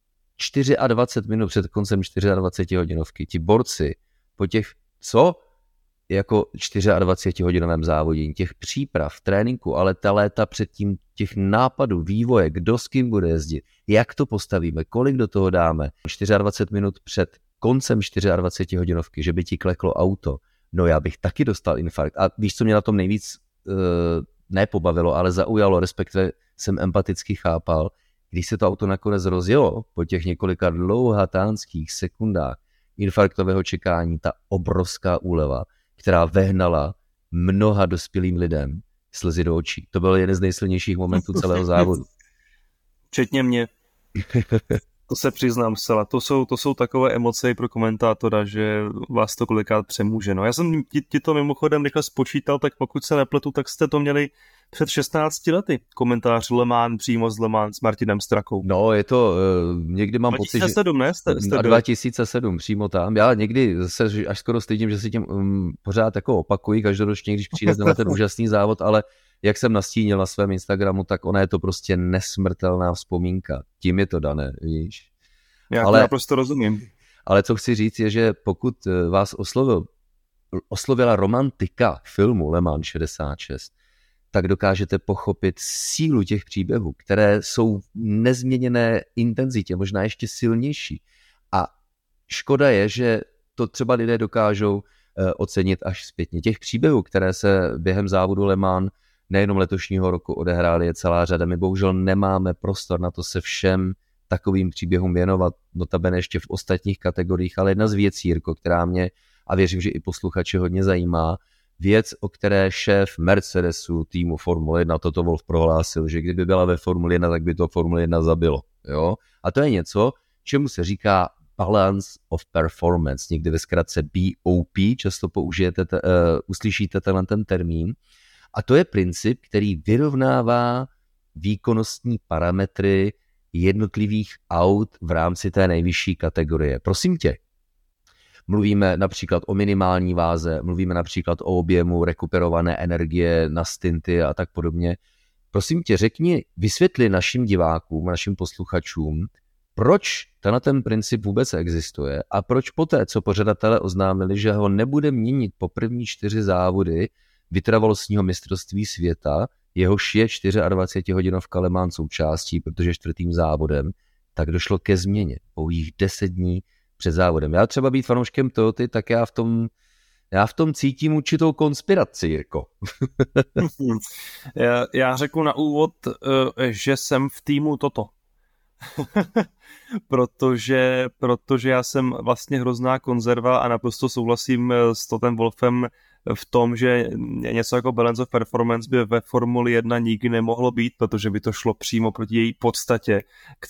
24 minut před koncem 24 hodinovky ti borci po těch, jako 24-hodinovém závodění, těch příprav, tréninku, ale ta léta předtím těch nápadů, vývoje, kdo s kým bude jezdit, jak to postavíme, kolik do toho dáme, 24 minut před koncem 24 hodinovky, že by ti kleklo auto, no já bych taky dostal infarkt. A víš, co mě na tom nejvíc nepobavilo, ale zaujalo, respektive jsem empaticky chápal, když se to auto nakonec rozjelo po těch několika dlouhatánských sekundách infarktového čekání, ta obrovská úleva, která vehnala mnoha dospělým lidem slzy do očí. To byl jeden z nejsilnějších momentů celého závodu. Včetně mě. To se přiznám zcela. To jsou takové emoce pro komentátora, že vás to kolikrát přemůže. No, já jsem ti to mimochodem rychle spočítal, tak pokud se nepletu, tak jste to měli před 16 lety. Komentář Le Mans přímo z Le Mans s Martinem Strakou. No, je to, někdy mám 2007, pocit, že... 2007, ne? 2007, přímo tam. Já někdy se až skoro stydím, že si tím pořád jako opakuji každoročně, když přijde na ten úžasný závod, ale jak jsem nastínil na svém Instagramu, tak ona je to prostě nesmrtelná vzpomínka. Tím je to dané, víš. Já to naprosto rozumím. Ale co chci říct je, že pokud vás oslovila romantika filmu Le Mans 66, tak dokážete pochopit sílu těch příběhů, které jsou v nezměněné intenzitě, možná ještě silnější. A škoda je, že to třeba lidé dokážou ocenit až zpětně. Těch příběhů, které se během závodu Le Mans nejenom letošního roku odehrály, je celá řada. My bohužel nemáme prostor na to se všem takovým příběhům věnovat, notabene ještě v ostatních kategoriích, ale jedna z věcí, Jirko, která mě, a věřím, že i posluchače hodně zajímá, věc, o které šéf Mercedesu týmu Formule 1 Toto Wolff prohlásil, že kdyby byla ve Formule 1, tak by to Formule 1 zabilo. Jo? A to je něco, čemu se říká Balance of Performance, někdy ve zkratce BOP, často uslyšíte ten termín. A to je princip, který vyrovnává výkonnostní parametry jednotlivých aut v rámci té nejvyšší kategorie. Prosím tě, mluvíme například o minimální váze, mluvíme například o objemu rekuperované energie na stinty a tak podobně. Prosím tě, vysvětli našim divákům, našim posluchačům, proč ten princip vůbec existuje a proč poté, co pořadatelé oznámili, že ho nebude měnit po první 4 závody vytrvalostního mistrovství světa, jehož je 24-hodinovka Le Mans součástí, protože 4. závodem, tak došlo ke změně pouhých 10 dní před závodem. Já třeba být fanouškem Toyoty, tak já v tom cítím určitou konspiraci, Jirko. Já řeknu na úvod, že jsem v týmu Toto. protože já jsem vlastně hrozná konzerva a naprosto souhlasím s Totem Wolffem v tom, že něco jako balance of performance by ve Formuli 1 nikdy nemohlo být, protože by to šlo přímo proti její podstatě,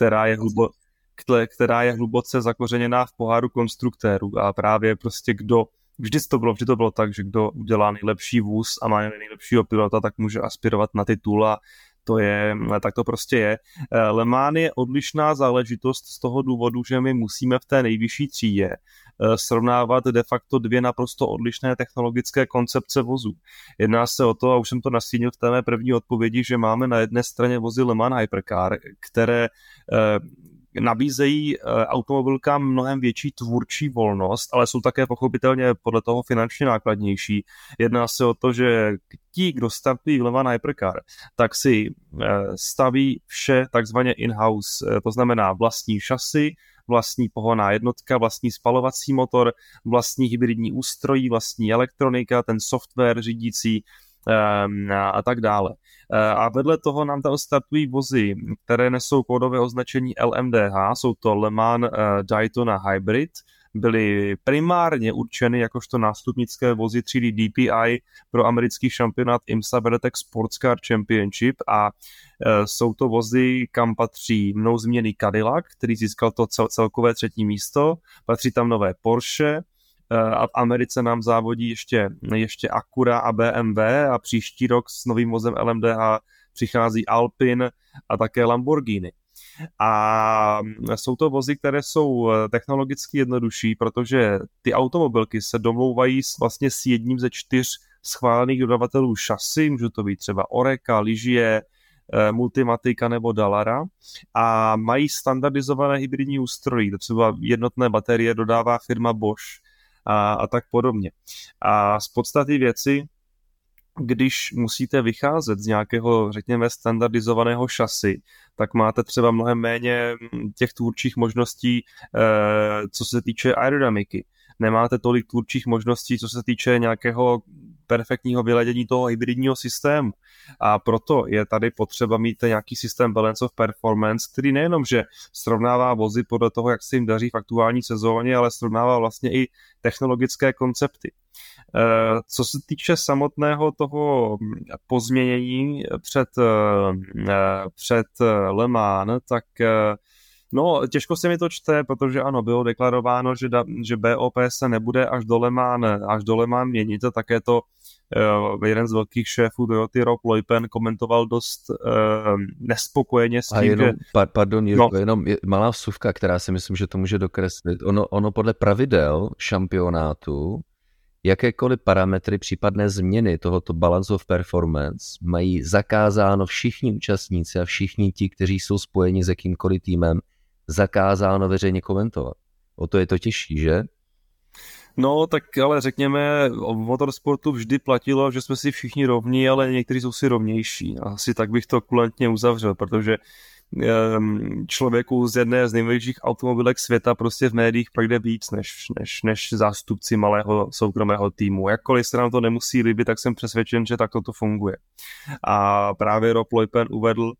která je hluboce zakořeněná v poháru konstruktérů a právě prostě vždy to bylo tak, že kdo udělá nejlepší vůz a má nejlepšího pilota, tak může aspirovat na titul a tak to prostě je. Le Mans je odlišná záležitost z toho důvodu, že my musíme v té nejvyšší třídě srovnávat de facto dvě naprosto odlišné technologické koncepce vozů. Jedná se o to, a už jsem to nastínil v té mé první odpovědi, že máme na jedné straně vozy Le Mans Hypercar, které nabízejí automobilkám mnohem větší tvůrčí volnost, ale jsou také pochopitelně podle toho finančně nákladnější. Jedná se o to, že ti, kdo startují v Le Mans Hypercar, tak si staví vše takzvaně in-house, to znamená vlastní šasy, vlastní pohonná jednotka, vlastní spalovací motor, vlastní hybridní ústrojí, vlastní elektronika, ten software řídící a tak dále. A vedle toho nám tam startují vozy, které nesou kódové označení LMDH, jsou to Le Mans Daytona Hybrid, byly primárně určeny jakožto nástupnické vozy třídy DPI pro americký šampionát IMSA WeatherTech Sports Car Championship a jsou to vozy, kam patří mnou zmíněný Cadillac, který získal to celkové 3. místo, patří tam nové Porsche, a v Americe nám závodí ještě Acura a BMW a příští rok s novým vozem LMDH přichází Alpine a také Lamborghini. A jsou to vozy, které jsou technologicky jednodušší, protože ty automobilky se domlouvají vlastně s jedním ze 4 schválených dodavatelů šasy, může to být třeba Oreca, Ligier, Multimatica nebo Dallara a mají standardizované hybridní ústrojí, třeba jednotné baterie dodává firma Bosch a tak podobně. A z podstaty věci, když musíte vycházet z nějakého, řekněme, standardizovaného šasy, tak máte třeba mnohem méně těch tvůrčích možností, co se týče aerodynamiky. Nemáte tolik tvůrčích možností, co se týče nějakého perfektního vyladění toho hybridního systému. A proto je tady potřeba mít nějaký systém balance of performance, který nejenom, že srovnává vozy podle toho, jak se jim daří v aktuální sezóně, ale srovnává vlastně i technologické koncepty. Co se týče samotného toho pozměnění před Le Mans, tak no, těžko se mi to čte, protože ano, bylo deklarováno, že BOP se nebude až do Le Mans měnit, a také to jeden z velkých šéfů Toyoty Rob Loipen komentoval dost nespokojeně s tím, jenom, jenom malá vsuvka, která si myslím, že to může dokreslit. Ono podle pravidel šampionátu jakékoliv parametry, případné změny tohoto balance of performance mají zakázáno všichni účastníci a všichni ti, kteří jsou spojeni s jakýmkoliv týmem, zakázáno veřejně komentovat. O to je to těžší, že? No, tak ale řekněme, o motorsportu vždy platilo, že jsme si všichni rovní, ale někteří jsou si rovnější. Asi tak bych to kulantně uzavřel, protože člověku z jedné z největších automobilek světa prostě v médiích pak jde víc než zástupci malého soukromého týmu. Jakkoliv se nám to nemusí líbit, tak jsem přesvědčen, že takto to funguje. A právě Rob Loipen uvedl,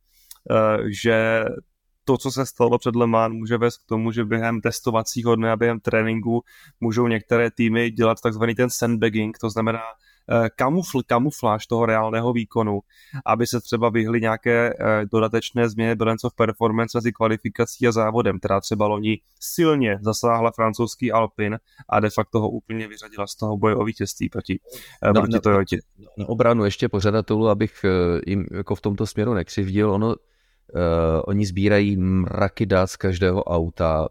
že to, co se stalo před Le Mans, může vést k tomu, že během testovacího dne a během tréninku můžou některé týmy dělat takzvaný ten sandbagging, to znamená kamufláž toho reálného výkonu, aby se třeba vyhly nějaké dodatečné změny balance of performance mezi kvalifikací a závodem, která třeba loni silně zasáhla francouzský Alpine a de facto ho úplně vyřadila z toho boje o vítězství proti Toyotě. Na obranu ještě pořadatelů, abych jim jako v tomto směru nekřivdil, oni sbírají mraky dat z každého auta,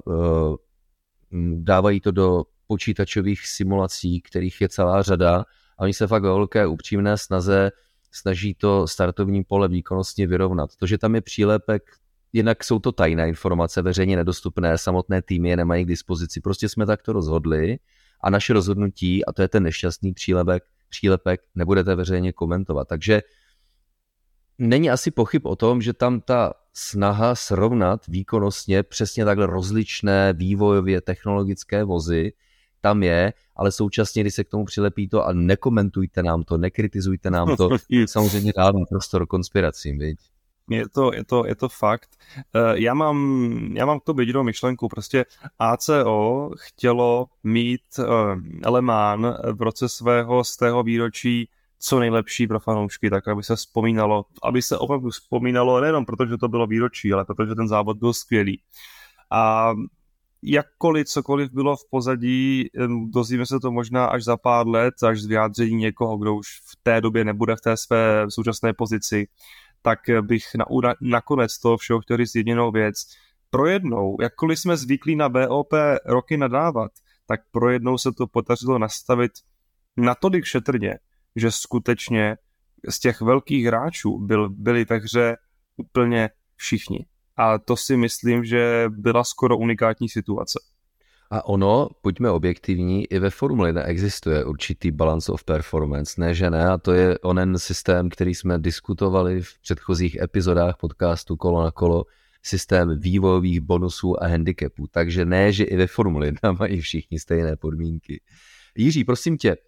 dávají to do počítačových simulací, kterých je celá řada, a oni se fakt ve velké upřímné snaze snaží to startovní pole výkonnostně vyrovnat. To, že tam je přílepek, jinak jsou to tajné informace, veřejně nedostupné, samotné týmy je nemají k dispozici, prostě jsme takto rozhodli a naše rozhodnutí, a to je ten nešťastný přílepek, nebudete veřejně komentovat. Takže není asi pochyb o tom, že tam ta snaha srovnat výkonnostně přesně takhle rozličné vývojově technologické vozy tam je, ale současně, když se k tomu přilepí to a nekomentujte nám to, nekritizujte nám to, samozřejmě dává prostor konspiracím, viď? Je to fakt. Já mám k tomu jedinou myšlenku. Prostě ACO chtělo mít Le Mans v roce svého 100. výročí co nejlepší pro fanoušky, tak aby se opravdu vzpomínalo nejenom protože to bylo výročí, ale protože ten závod byl skvělý. A cokoliv bylo v pozadí, dozvíme se to možná až za pár let, až z vyjádření někoho, kdo už v té době nebude v té své současné pozici, tak bych nakonec toho všeho chtěl říct jedinou věc. Projednou, jakkoliv jsme zvyklí na BOP roky nadávat, tak projednou se to podařilo nastavit natolik šetrně, že skutečně z těch velkých hráčů byli ve hře úplně všichni. A to si myslím, že byla skoro unikátní situace. A ono, buďme objektivní, i ve Formuli neexistuje určitý balance of performance, ne že ne, a to je onen systém, který jsme diskutovali v předchozích epizodách podcastu Kolo na kolo, systém vývojových bonusů a handicapů, takže ne, že i ve Formuli mají všichni stejné podmínky. Jiří, prosím tě,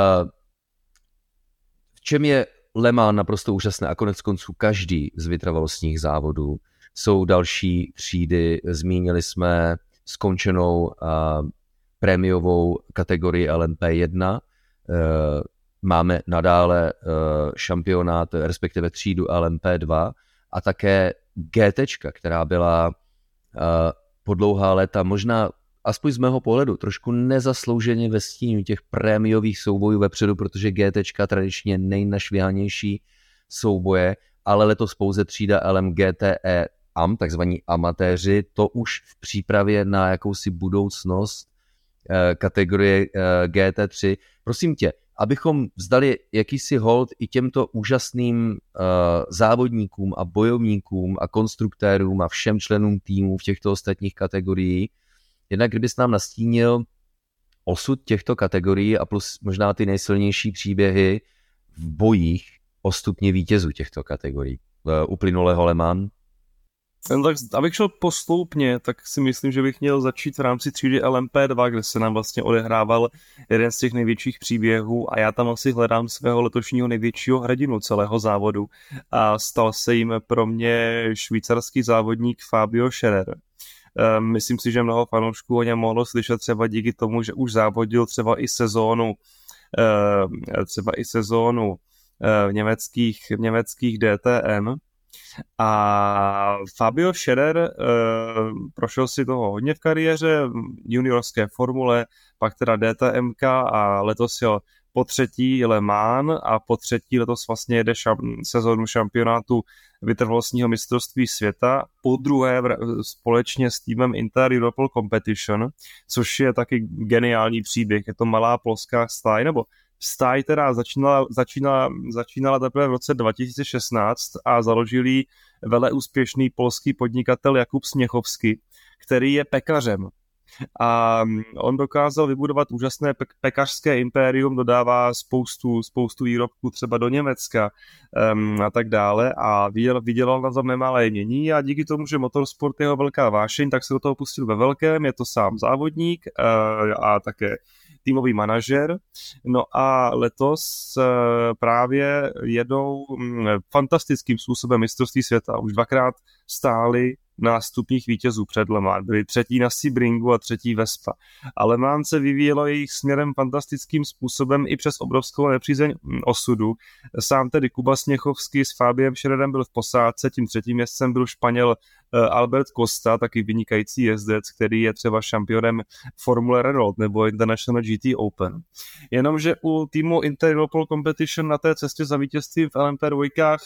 v čem je Le Mans naprosto úžasné a konec konců každý z vytrvalostních závodů? Jsou další třídy, zmínili jsme skončenou prémiovou kategorii LMP1, máme nadále šampionát, respektive třídu LMP2 a také GTčka, která byla po dlouhá léta možná, aspoň z mého pohledu, trošku nezaslouženě ve stínu těch prémiových soubojů vepředu, protože GTčka tradičně nejnašvihánější souboje, ale letos pouze třída LMGTE AM, takzvaní amatéři, to už v přípravě na jakousi budoucnost kategorie GT3. Prosím tě, abychom vzdali jakýsi hold i těmto úžasným závodníkům a bojovníkům a konstruktérům a všem členům týmů v těchto ostatních kategoriích, jednak kdybys nám nastínil osud těchto kategorií a plus možná ty nejsilnější příběhy v bojích o stupně vítězů těchto kategorií. Uplynulého Le Mans. Tak abych šel postupně, tak si myslím, že bych měl začít v rámci třídy LMP2, kde se nám vlastně odehrával jeden z těch největších příběhů a já tam asi hledám svého letošního největšího hrdinu celého závodu a stal se jim pro mě švýcarský závodník Fabio Scherer. Myslím si, že mnoho fanoušků o něm mohlo slyšet třeba díky tomu, že už závodil třeba i sezónu v německých DTM. A Fabio Scherer prošel si toho hodně v kariéře, juniorské formule, pak teda DTMK a letos jel po třetí Le Mans a po třetí letos vlastně jede sezónu šampionátu vytrvalostního mistrovství světa, po druhé společně s týmem Inter Europol Competition, což je taky geniální příběh. Je to malá polská stáj, nebo stáj teda začínala teprve v roce 2016 a založil ji veleúspěšný polský podnikatel Jakub Směchovský, který je pekařem. A on dokázal vybudovat úžasné pekařské impérium, dodává spoustu výrobků třeba do Německa a tak dále a vydělal na tom nemalé jmění a díky tomu, že motorsport je jeho velká vášeň, tak se do toho pustil ve velkém, je to sám závodník a také týmový manažer. No a letos právě jedou fantastickým způsobem mistrovství světa. Už dvakrát stáli na stupních vítězů před Le Mans. Byli třetí na Sebringu a třetí Vespa. A Le Mans se vyvíjelo jejich směrem fantastickým způsobem i přes obrovskou nepřízeň osudu. Sám tedy Kuba Směchovský s Fabiem Schererem byl v posádce, tím třetím jezdcem byl Španěl Albert Costa, taky vynikající jezdec, který je třeba šampionem Formule Renault nebo International GT Open. Jenomže u týmu Inter Europol Competition na té cestě za vítězství v LMP2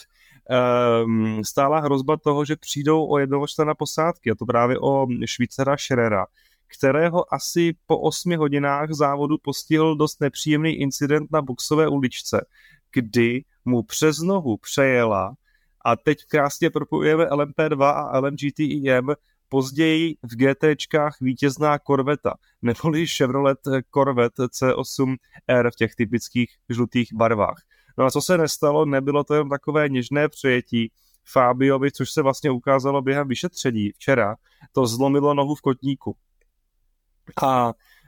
stála hrozba toho, že přijdou o jednoho člena posádky, a to právě o Švýcara Scherera, kterého asi po 8 hodinách závodu postihl dost nepříjemný incident na boxové uličce, kdy mu přes nohu přejela, a teď krásně propojujeme LMP2 a LMGTIM, později v GTčkách vítězná Corvetta, neboli Chevrolet Corvette C8R v těch typických žlutých barvách. No a co se nestalo, nebylo to jen takové něžné přejetí Fabiovi, což se vlastně ukázalo během vyšetření včera, to zlomilo nohu v kotníku. A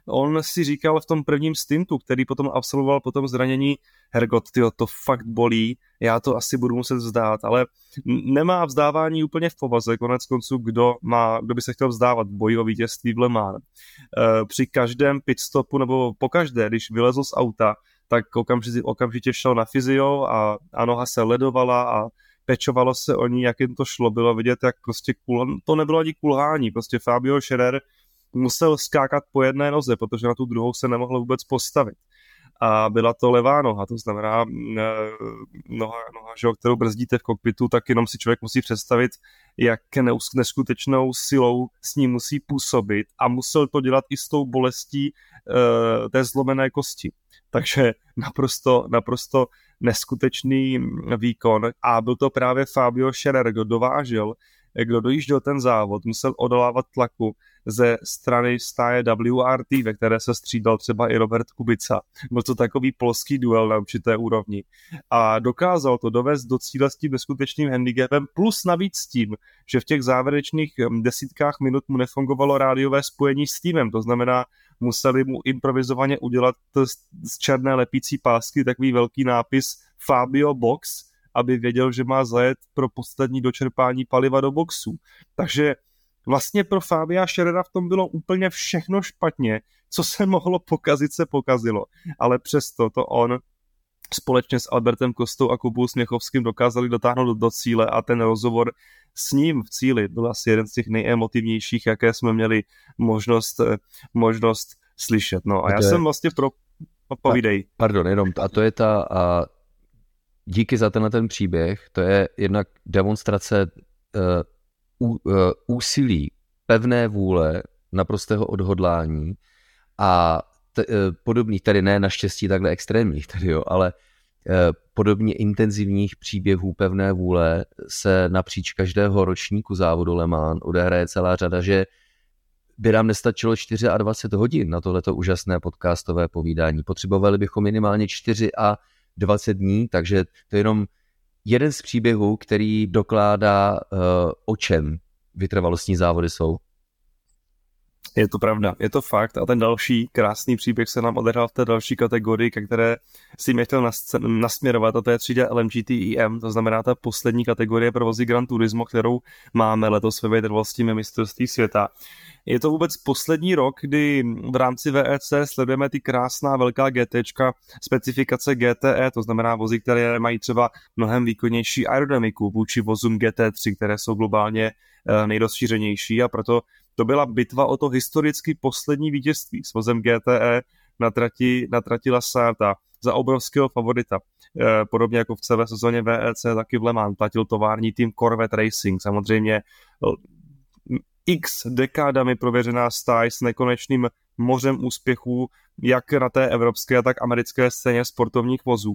on si říkal v tom prvním stintu, který potom absolvoval po tom zranění, hergot, tyjo, to fakt bolí, já to asi budu muset vzdát, ale nemá vzdávání úplně v povaze, konec konců, kdo by se chtěl vzdávat boji o vítězství v Le Mans. Při každém pitstopu, nebo pokaždé, když vylezl z auta, tak okamžitě šel na fyzio a noha se ledovala a pečovalo se o ní, jak jim to šlo, bylo vidět, jak prostě to nebylo ani kulhání, prostě Fabio Scherer musel skákat po jedné noze, protože na tu druhou se nemohl vůbec postavit. A byla to levá noha, to znamená noha, kterou brzdíte v kokpitu, tak jenom si člověk musí představit, jak neskutečnou silou s ní musí působit a musel to dělat i s tou bolestí té zlomené kosti. Takže naprosto neskutečný výkon a byl to právě Fabio Scherer, kdo dojížděl ten závod, musel odolávat tlaku ze strany stáje WRT, ve které se střídal třeba i Robert Kubica. Byl to takový polský duel na určité úrovni. A dokázal to dovést do cíle s tím neskutečným handicapem, plus navíc s tím, že v těch závěrečných desítkách minut mu nefungovalo rádiové spojení s týmem. To znamená, museli mu improvizovaně udělat z černé lepící pásky takový velký nápis Fabio Box, aby věděl, že má zajet pro poslední dočerpání paliva do boxu. Takže vlastně pro Fabia Scherera v tom bylo úplně všechno špatně, co se mohlo pokazit, se pokazilo. Ale přesto to on společně s Albertem Kostou a Kubou Směchovským dokázali dotáhnout do cíle a ten rozhovor s ním v cíli byl asi jeden z těch nejemotivnějších, jaké jsme měli možnost slyšet. No a já jsem vlastně povídej. Pardon, jenom, a to je díky za ten příběh, to je jednak demonstrace úsilí, pevné vůle, naprostého odhodlání a podobných, tady ne naštěstí takhle extrémních, tady jo, ale podobně intenzivních příběhů pevné vůle se napříč každého ročníku závodu Le Mans odehraje celá řada, že by nám nestačilo 24 hodin na tohleto úžasné podcastové povídání. Potřebovali bychom minimálně 24 dní, takže to je jenom jeden z příběhů, který dokládá, o čem vytrvalostní závody jsou. Je to pravda, je to fakt a ten další krásný příběh se nám odehrál v té další kategorii, ke které si mě chtěl nasměrovat, a to je třída LMGT-EM, to znamená ta poslední kategorie pro vozy Gran Turismo, kterou máme letos ve vytrvalostním mistrovství světa. Je to vůbec poslední rok, kdy v rámci VEC sledujeme ty krásná velká GTčka, specifikace GTE, to znamená vozy, které mají třeba mnohem výkonnější aerodynamiku vůči vozům GT3, které jsou globálně nejrozšířenější a proto to byla bitva o to historicky poslední vítězství s vozem GTE na trati La Sarta za obrovského favorita. Podobně jako v celé sezóně VEC, taky v Le Mans platil tovární tým Corvette Racing. Samozřejmě x dekádami prověřená stáj s nekonečným mořem úspěchů jak na té evropské, tak americké scéně sportovních vozů.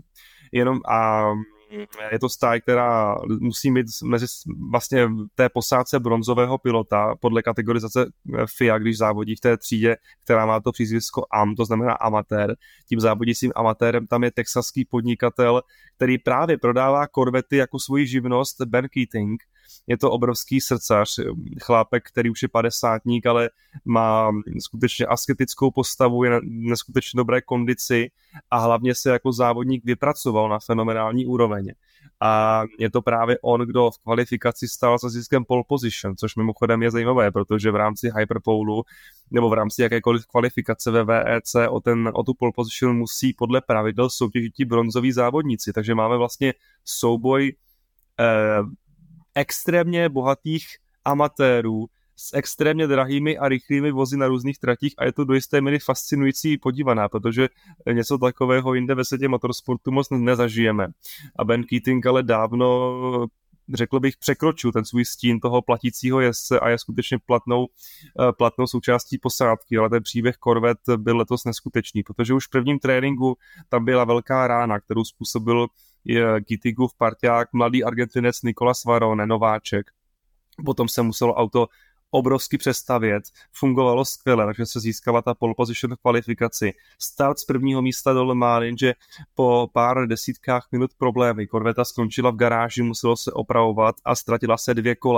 Je to stáj, která musí mít mezi vlastně té posádce bronzového pilota podle kategorizace FIA, když závodí v té třídě, která má to přízvisko AM, to znamená amatér. Tím závodícím amatérem tam je texaský podnikatel, který právě prodává korvety jako svoji živnost, Ben Keating. Je to obrovský srdcař, chlápek, který už je 50-ník, ale má skutečně asketickou postavu, je na neskutečně dobré kondici a hlavně se jako závodník vypracoval na fenomenální úroveň. A je to právě on, kdo v kvalifikaci stál se ziskem pole position, což mimochodem je zajímavé, protože v rámci Hyperpolu nebo v rámci jakékoliv kvalifikace ve VEC o tu pole position musí podle pravidel soutěžit ti bronzoví závodníci, takže máme vlastně souboj extrémně bohatých amatérů s extrémně drahými a rychlými vozy na různých tratích a je to do jisté míry fascinující podívaná, protože něco takového jinde ve světě motorsportu moc nezažijeme. A Ben Keating ale dávno, řekl bych, překročil ten svůj stín toho platícího jezdce a je skutečně platnou součástí posádky, ale ten příběh Corvette byl letos neskutečný, protože už v prvním tréninku tam byla velká rána, kterou způsobil Keatingův parťák, mladý Argentinec Nicolas Varrone, nováček. Potom se muselo auto obrovsky přestavět, fungovalo skvěle, takže se získala ta pole position v kvalifikaci. Start z prvního místa do Le Mans, jenže po pár desítkách minut problémy. Corvetta skončila v garáži, muselo se opravovat a ztratila se 2 kola.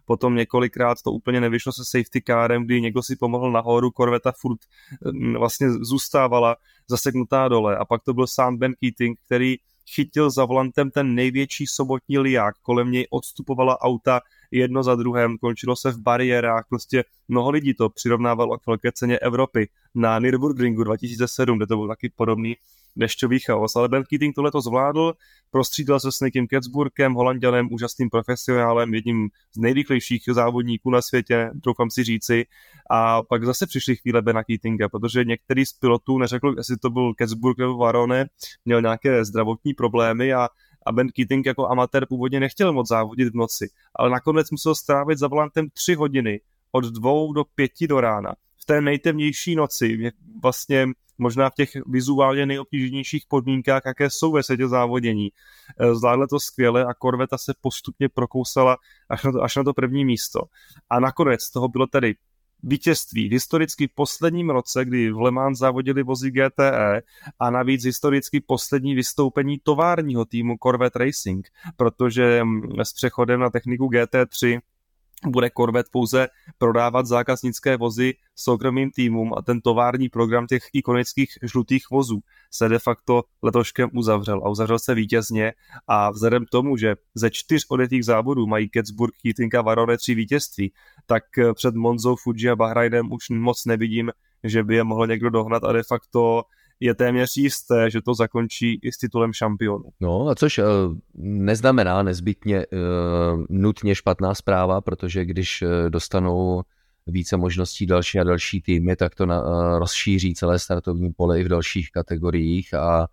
potom několikrát to úplně nevyšlo se safety carem, kdy někdo si pomohl nahoru, Corvetta furt vlastně zůstávala zaseknutá dole a pak to byl sám Ben Keating, který chytil za volantem ten největší sobotní liák, kolem něj odstupovala auta jedno za druhém, končilo se v bariérách, prostě mnoho lidí to přirovnávalo k velké ceně Evropy na Nürburgringu 2007, kde to byl taky podobný dešťový chaos, ale Ben Keating tohle to zvládl, prostřídal se s Nickem Ketsburkem, Holanďanem, úžasným profesionálem, jedním z nejrychlejších závodníků na světě, doufám si říci, a pak zase přišly chvíle Bena Keatinga, protože některý z pilotů, neřekl, jestli to byl Ketsburg nebo Varone, měl nějaké zdravotní problémy a Ben Keating jako amatér původně nechtěl moc závodit v noci, ale nakonec musel strávit za volantem 3 hodiny od 2 do 5 do rána. V té nejtemnější noci, vlastně možná v těch vizuálně nejobtížnějších podmínkách, jaké jsou ve světě závodění. Zvládla to skvěle a Corvetta se postupně prokousala až na to první místo. A nakonec toho bylo tedy vítězství v historicky posledním roce, kdy v Le Mans závodili vozy GTE a navíc historicky poslední vystoupení továrního týmu Corvette Racing, protože s přechodem na techniku GT3 bude Corvette pouze prodávat zákaznické vozy soukromým týmům a ten tovární program těch ikonických žlutých vozů se de facto letoškem uzavřel a uzavřel se vítězně a vzhledem k tomu, že ze 4 odjetých závodů mají Ketsburg, Keating a Varone 3 vítězství, tak před Monzou, Fuji a Bahrajnem už moc nevidím, že by je mohl někdo dohnat a de facto je téměř jisté, že to zakončí i s titulem šampionu. No a což neznamená nezbytně nutně špatná zpráva, protože když dostanou více možností další a další týmy, tak to rozšíří celé startovní pole i v dalších kategoriích a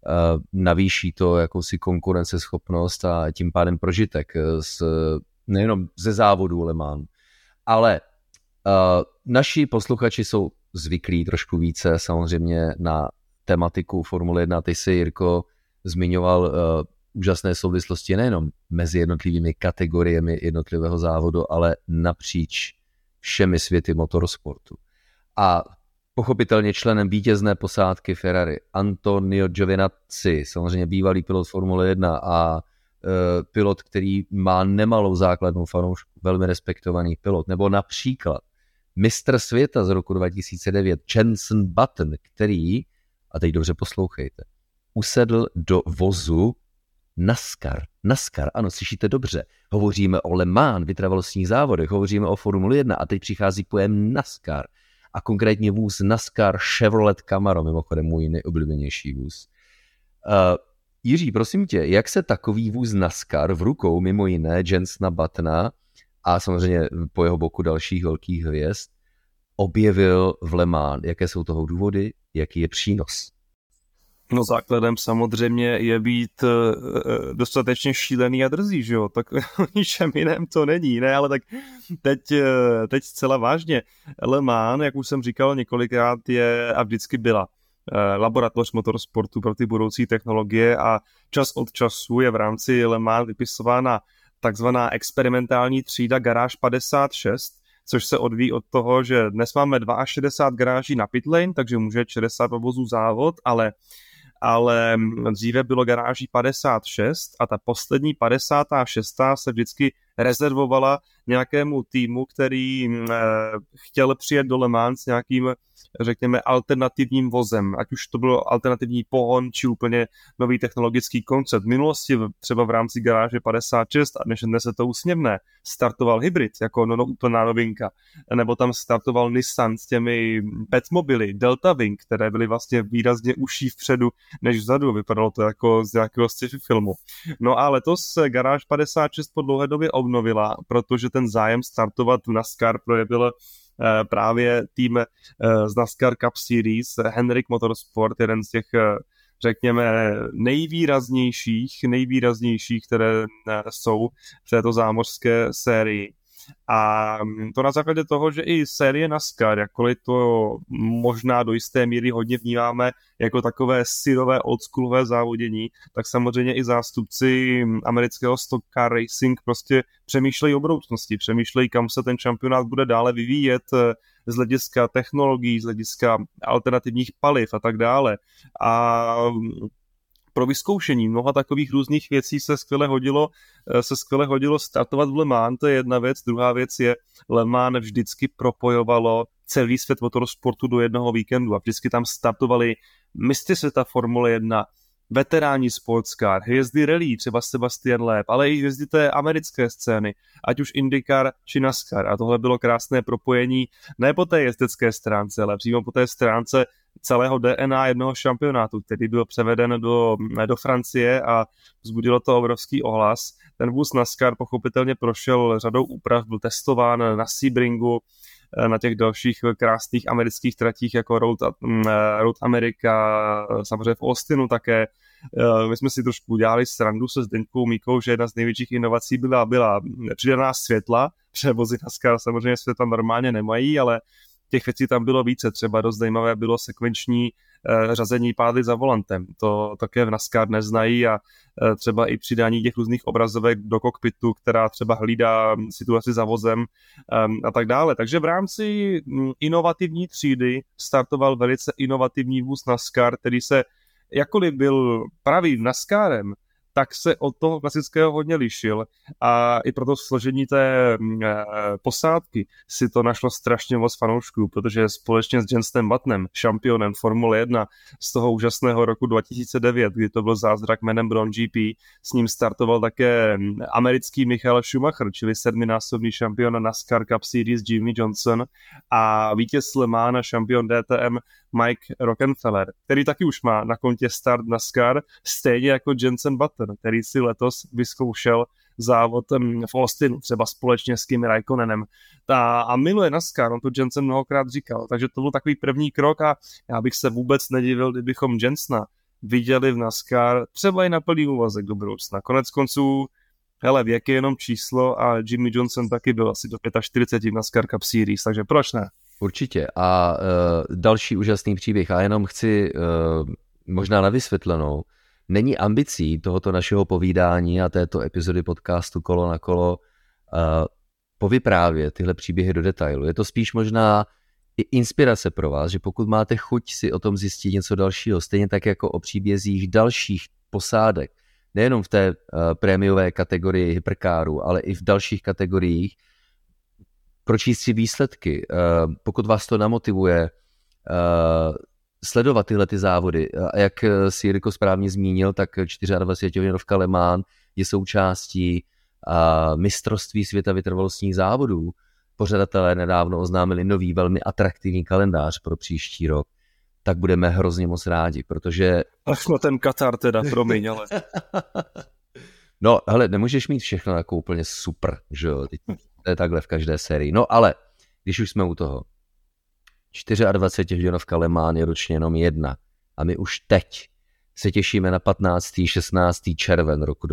navýší to jakousi konkurenceschopnost a tím pádem prožitek nejenom ze závodů Le Mans. Ale naši posluchači jsou zvyklí trošku více samozřejmě na tematiku Formule 1. Ty si, Jirko, zmiňoval úžasné souvislosti nejenom mezi jednotlivými kategoriemi jednotlivého závodu, ale napříč všemi světy motorsportu. A pochopitelně členem vítězné posádky Ferrari Antonio Giovinazzi, samozřejmě bývalý pilot Formule 1 a pilot, který má nemalou základnou fanoušku, velmi respektovaný pilot, nebo například mistr světa z roku 2009 Jenson Button, který, a teď dobře poslouchejte, usedl do vozu NASCAR, ano, slyšíte dobře, hovoříme o Le Mans, vytrvalostních závodech, hovoříme o Formule 1 a teď přichází pojem NASCAR a konkrétně vůz NASCAR Chevrolet Camaro, mimochodem můj nejoblíbenější vůz. Jiří, prosím tě, jak se takový vůz NASCAR v rukou mimo jiné Jensona Buttona a samozřejmě po jeho boku dalších velkých hvězd objevil v Le Mans? Jaké jsou toho důvody? Jaký je přínos? No základem samozřejmě je být dostatečně šílený a drzý, že jo? Tak ničem jiném to není, ne? Ale tak teď zcela vážně. Le Mans, jak už jsem říkal několikrát, je a vždycky byla laboratoř motorsportu pro ty budoucí technologie a čas od času je v rámci Le Mans vypisována takzvaná experimentální třída Garage 56, což se odvíjí od toho, že dnes máme 62 garáží na pitlane, takže může 60 vozů závod, ale dříve bylo garáží 56 a ta poslední 56. se vždycky rezervovala nějakému týmu, který chtěl přijet do Le Mans s nějakým, řekněme, alternativním vozem, ať už to byl alternativní pohon, či úplně nový technologický koncept. V minulosti třeba v rámci garáže 56, a dnes se to usměvné, startoval hybrid jako úplná novinka, nebo tam startoval Nissan s těmi Batmobily, Delta Wing, které byly vlastně výrazně užší vpředu než vzadu, vypadalo to jako z nějakého sci-fi filmu. No a letos se garáž 56 po dlouhé době obnovila, protože ten zájem startovat v NASCAR projevil právě tým z NASCAR Cup Series, Hendrick Motorsport, jeden z těch, řekněme, nejvýraznějších, které jsou v této zámořské sérii. A to na základě toho, že i série NASCAR, jakkoliv to možná do jisté míry hodně vnímáme jako takové syrové oldschoolové závodění, tak samozřejmě i zástupci amerického stock car racing prostě přemýšlejí o budoucnosti, přemýšlejí, kam se ten šampionát bude dále vyvíjet z hlediska technologií, z hlediska alternativních paliv a tak dále. A pro vyzkoušení mnoha takových různých věcí se skvěle hodilo startovat v Le Mans, to je jedna věc. Druhá věc je, Le Mans vždycky propojovalo celý svět motorsportu do jednoho víkendu a vždycky tam startovali mistři světa Formule 1, veteráni sportscar, hvězdy rally, třeba Sebastian Loeb, ale i hvězdy té americké scény, ať už IndyCar či NASCAR. A tohle bylo krásné propojení ne po té jezdecké stránce, ale přímo po té stránce celého DNA jednoho šampionátu, který byl převeden do Francie a vzbudilo to obrovský ohlas. Ten vůz NASCAR pochopitelně prošel řadou úprav, byl testován na Sebringu, na těch dalších krásných amerických tratích jako Road America, samozřejmě v Austinu také. My jsme si trošku dělali srandu se Zdeňkou Míkou, že jedna z největších inovací byla přidaná světla. Převozy NASCAR samozřejmě světla normálně nemají, ale těch věcí tam bylo více. Třeba dost zajímavé bylo sekvenční řazení pádly za volantem. To také v NASCAR neznají a třeba i přidání těch různých obrazovek do kokpitu, která třeba hlídá situaci za vozem a tak dále. Takže v rámci inovativní třídy startoval velice inovativní vůz NASCAR, který se, jakkoliv byl pravým NASCARem, tak se od toho klasického hodně lišil a i proto složení té posádky si to našlo strašně moc fanoušků, protože společně s Jensenem Buttonem, šampionem Formule 1 z toho úžasného roku 2009, kdy to byl zázrak jménem Brown GP, s ním startoval také americký Michael Schumacher, čili 7násobný šampion NASCAR Cup Series Jimmy Johnson a vítěz Le Mans a šampion DTM Mike Rockenfeller, který taky už má na kontě start NASCAR, stejně jako Jensen Button, který si letos vyzkoušel závod v Austinu, třeba společně s Kimi Raikkonenem. A miluje NASCAR, on to Jensen mnohokrát říkal, takže to byl takový první krok a já bych se vůbec nedivil, kdybychom Jensena viděli v NASCAR třeba i na plný úvazek do budoucna. Konec konců, hele, věk je jenom číslo a Jimmy Johnson taky byl asi do 45 v NASCAR Cup Series, takže proč ne? Určitě. A další úžasný příběh. A jenom chci možná na vysvětlenou. Není ambicí tohoto našeho povídání a této epizody podcastu Kolo na kolo povyprávět tyhle příběhy do detailu. Je to spíš možná i inspirace pro vás, že pokud máte chuť si o tom zjistit něco dalšího, stejně tak jako o příbězích dalších posádek, nejenom v té prémiové kategorii hyperkáru, ale i v dalších kategoriích, pročíst si výsledky, pokud vás to namotivuje sledovat tyhle ty závody. A jak si Jirko správně zmínil, tak 24hodinovka Le Mans je součástí mistrovství světa vytrvalostních závodů. Pořadatelé nedávno oznámili nový, velmi atraktivní kalendář pro příští rok. Tak budeme hrozně moc rádi, protože... Ach no ten Katar teda, promiň, ale... No, hele, nemůžeš mít všechno jako úplně super, že jo? To je takhle v každé sérii. No ale, když už jsme u toho, 24hodinovka Le Mans je ročně jenom jedna. A my už teď se těšíme na 15. 16. červen roku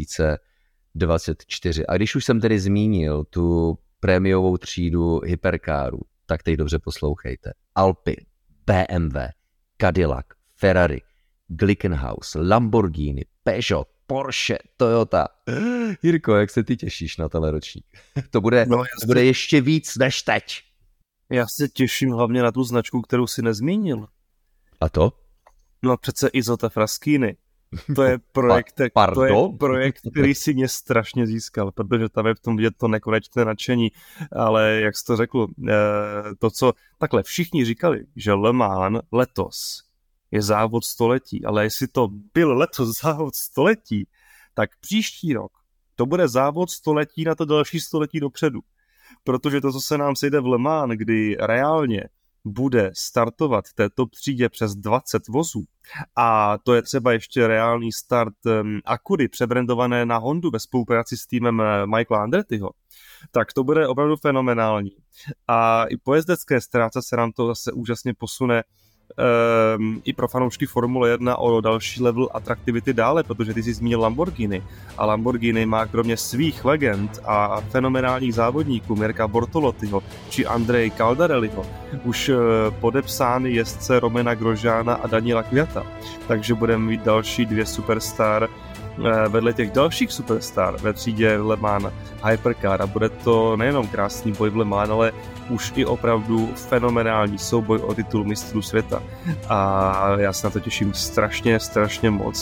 2024. A když už jsem tedy zmínil tu prémiovou třídu hyperkáru, tak teď dobře poslouchejte. Alpine, BMW, Cadillac, Ferrari, Glickenhaus, Lamborghini, Peugeot, Porsche, Toyota. Jirko, jak se ty těšíš na tenhle ročník? To bude ještě víc než teď. Já se těším hlavně na tu značku, kterou si nezmínil. A to? No přece Isotta Fraschini. To je projekt, který si mě strašně získal, protože tam je v tom vidět to nekonečné nadšení, ale jak jsi to řekl, takhle všichni říkali, že Le Mans letos je závod století, ale jestli to byl letos závod století, tak příští rok to bude závod století na to další století dopředu. Protože to, co se nám sejde v Le Mans, kdy reálně bude startovat v této třídě přes 20 vozů a to je třeba ještě reálný start Acury, přebrandované na Hondu ve spolupráci s týmem Michaela Andrettiho, tak to bude opravdu fenomenální. A i po jezdecké stránce se nám to zase úžasně posune i pro fanoušky Formule 1 o další level atraktivity dále, protože ty jsi zmínil Lamborghini a Lamborghini má kromě svých legend a fenomenálních závodníků Mirka Bortolottiho či Andrej Caldarelliho už podepsány jezdce Romana Grosjeana a Daniela Kvyata, takže budeme mít další dvě superstar vedle těch dalších superstar ve třídě Le Mans Hypercar a bude to nejenom krásný boj v Le Mans, ale už i opravdu fenomenální souboj o titul mistrů světa a já se na to těším strašně moc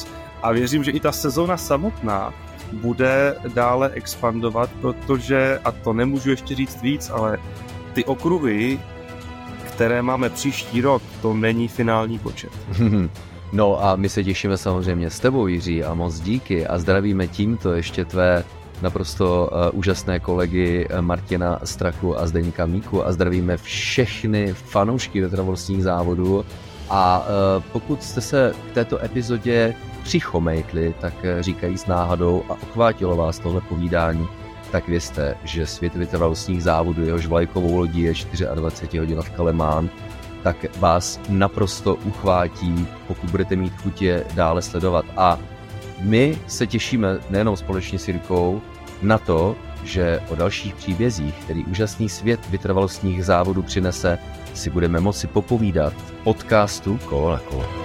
a věřím, že i ta sezóna samotná bude dále expandovat, protože, a to nemůžu ještě říct víc, ale ty okruhy, které máme příští rok, to není finální počet. No a my se těšíme samozřejmě s tebou, Jiří, a moc díky a zdravíme tímto ještě tvé naprosto úžasné kolegy Martina Strachu a Zdeňka Míku a zdravíme všechny fanoušky vytrvalostních závodů a pokud jste se k této epizodě přichomejtli, tak říkajíc náhodou a ochvátilo vás tohle povídání, tak vězte, že svět vytrvalostních závodů, jehož vlajkovou lodí je 24 hodinovka Le Mans, tak vás naprosto uchvátí, pokud budete mít chuť je dále sledovat. A my se těšíme nejenom společně s Jirkou na to, že o dalších příbězích, který úžasný svět vytrvalostních závodů přinese, si budeme moci popovídat v podcastu Kolo na kolo.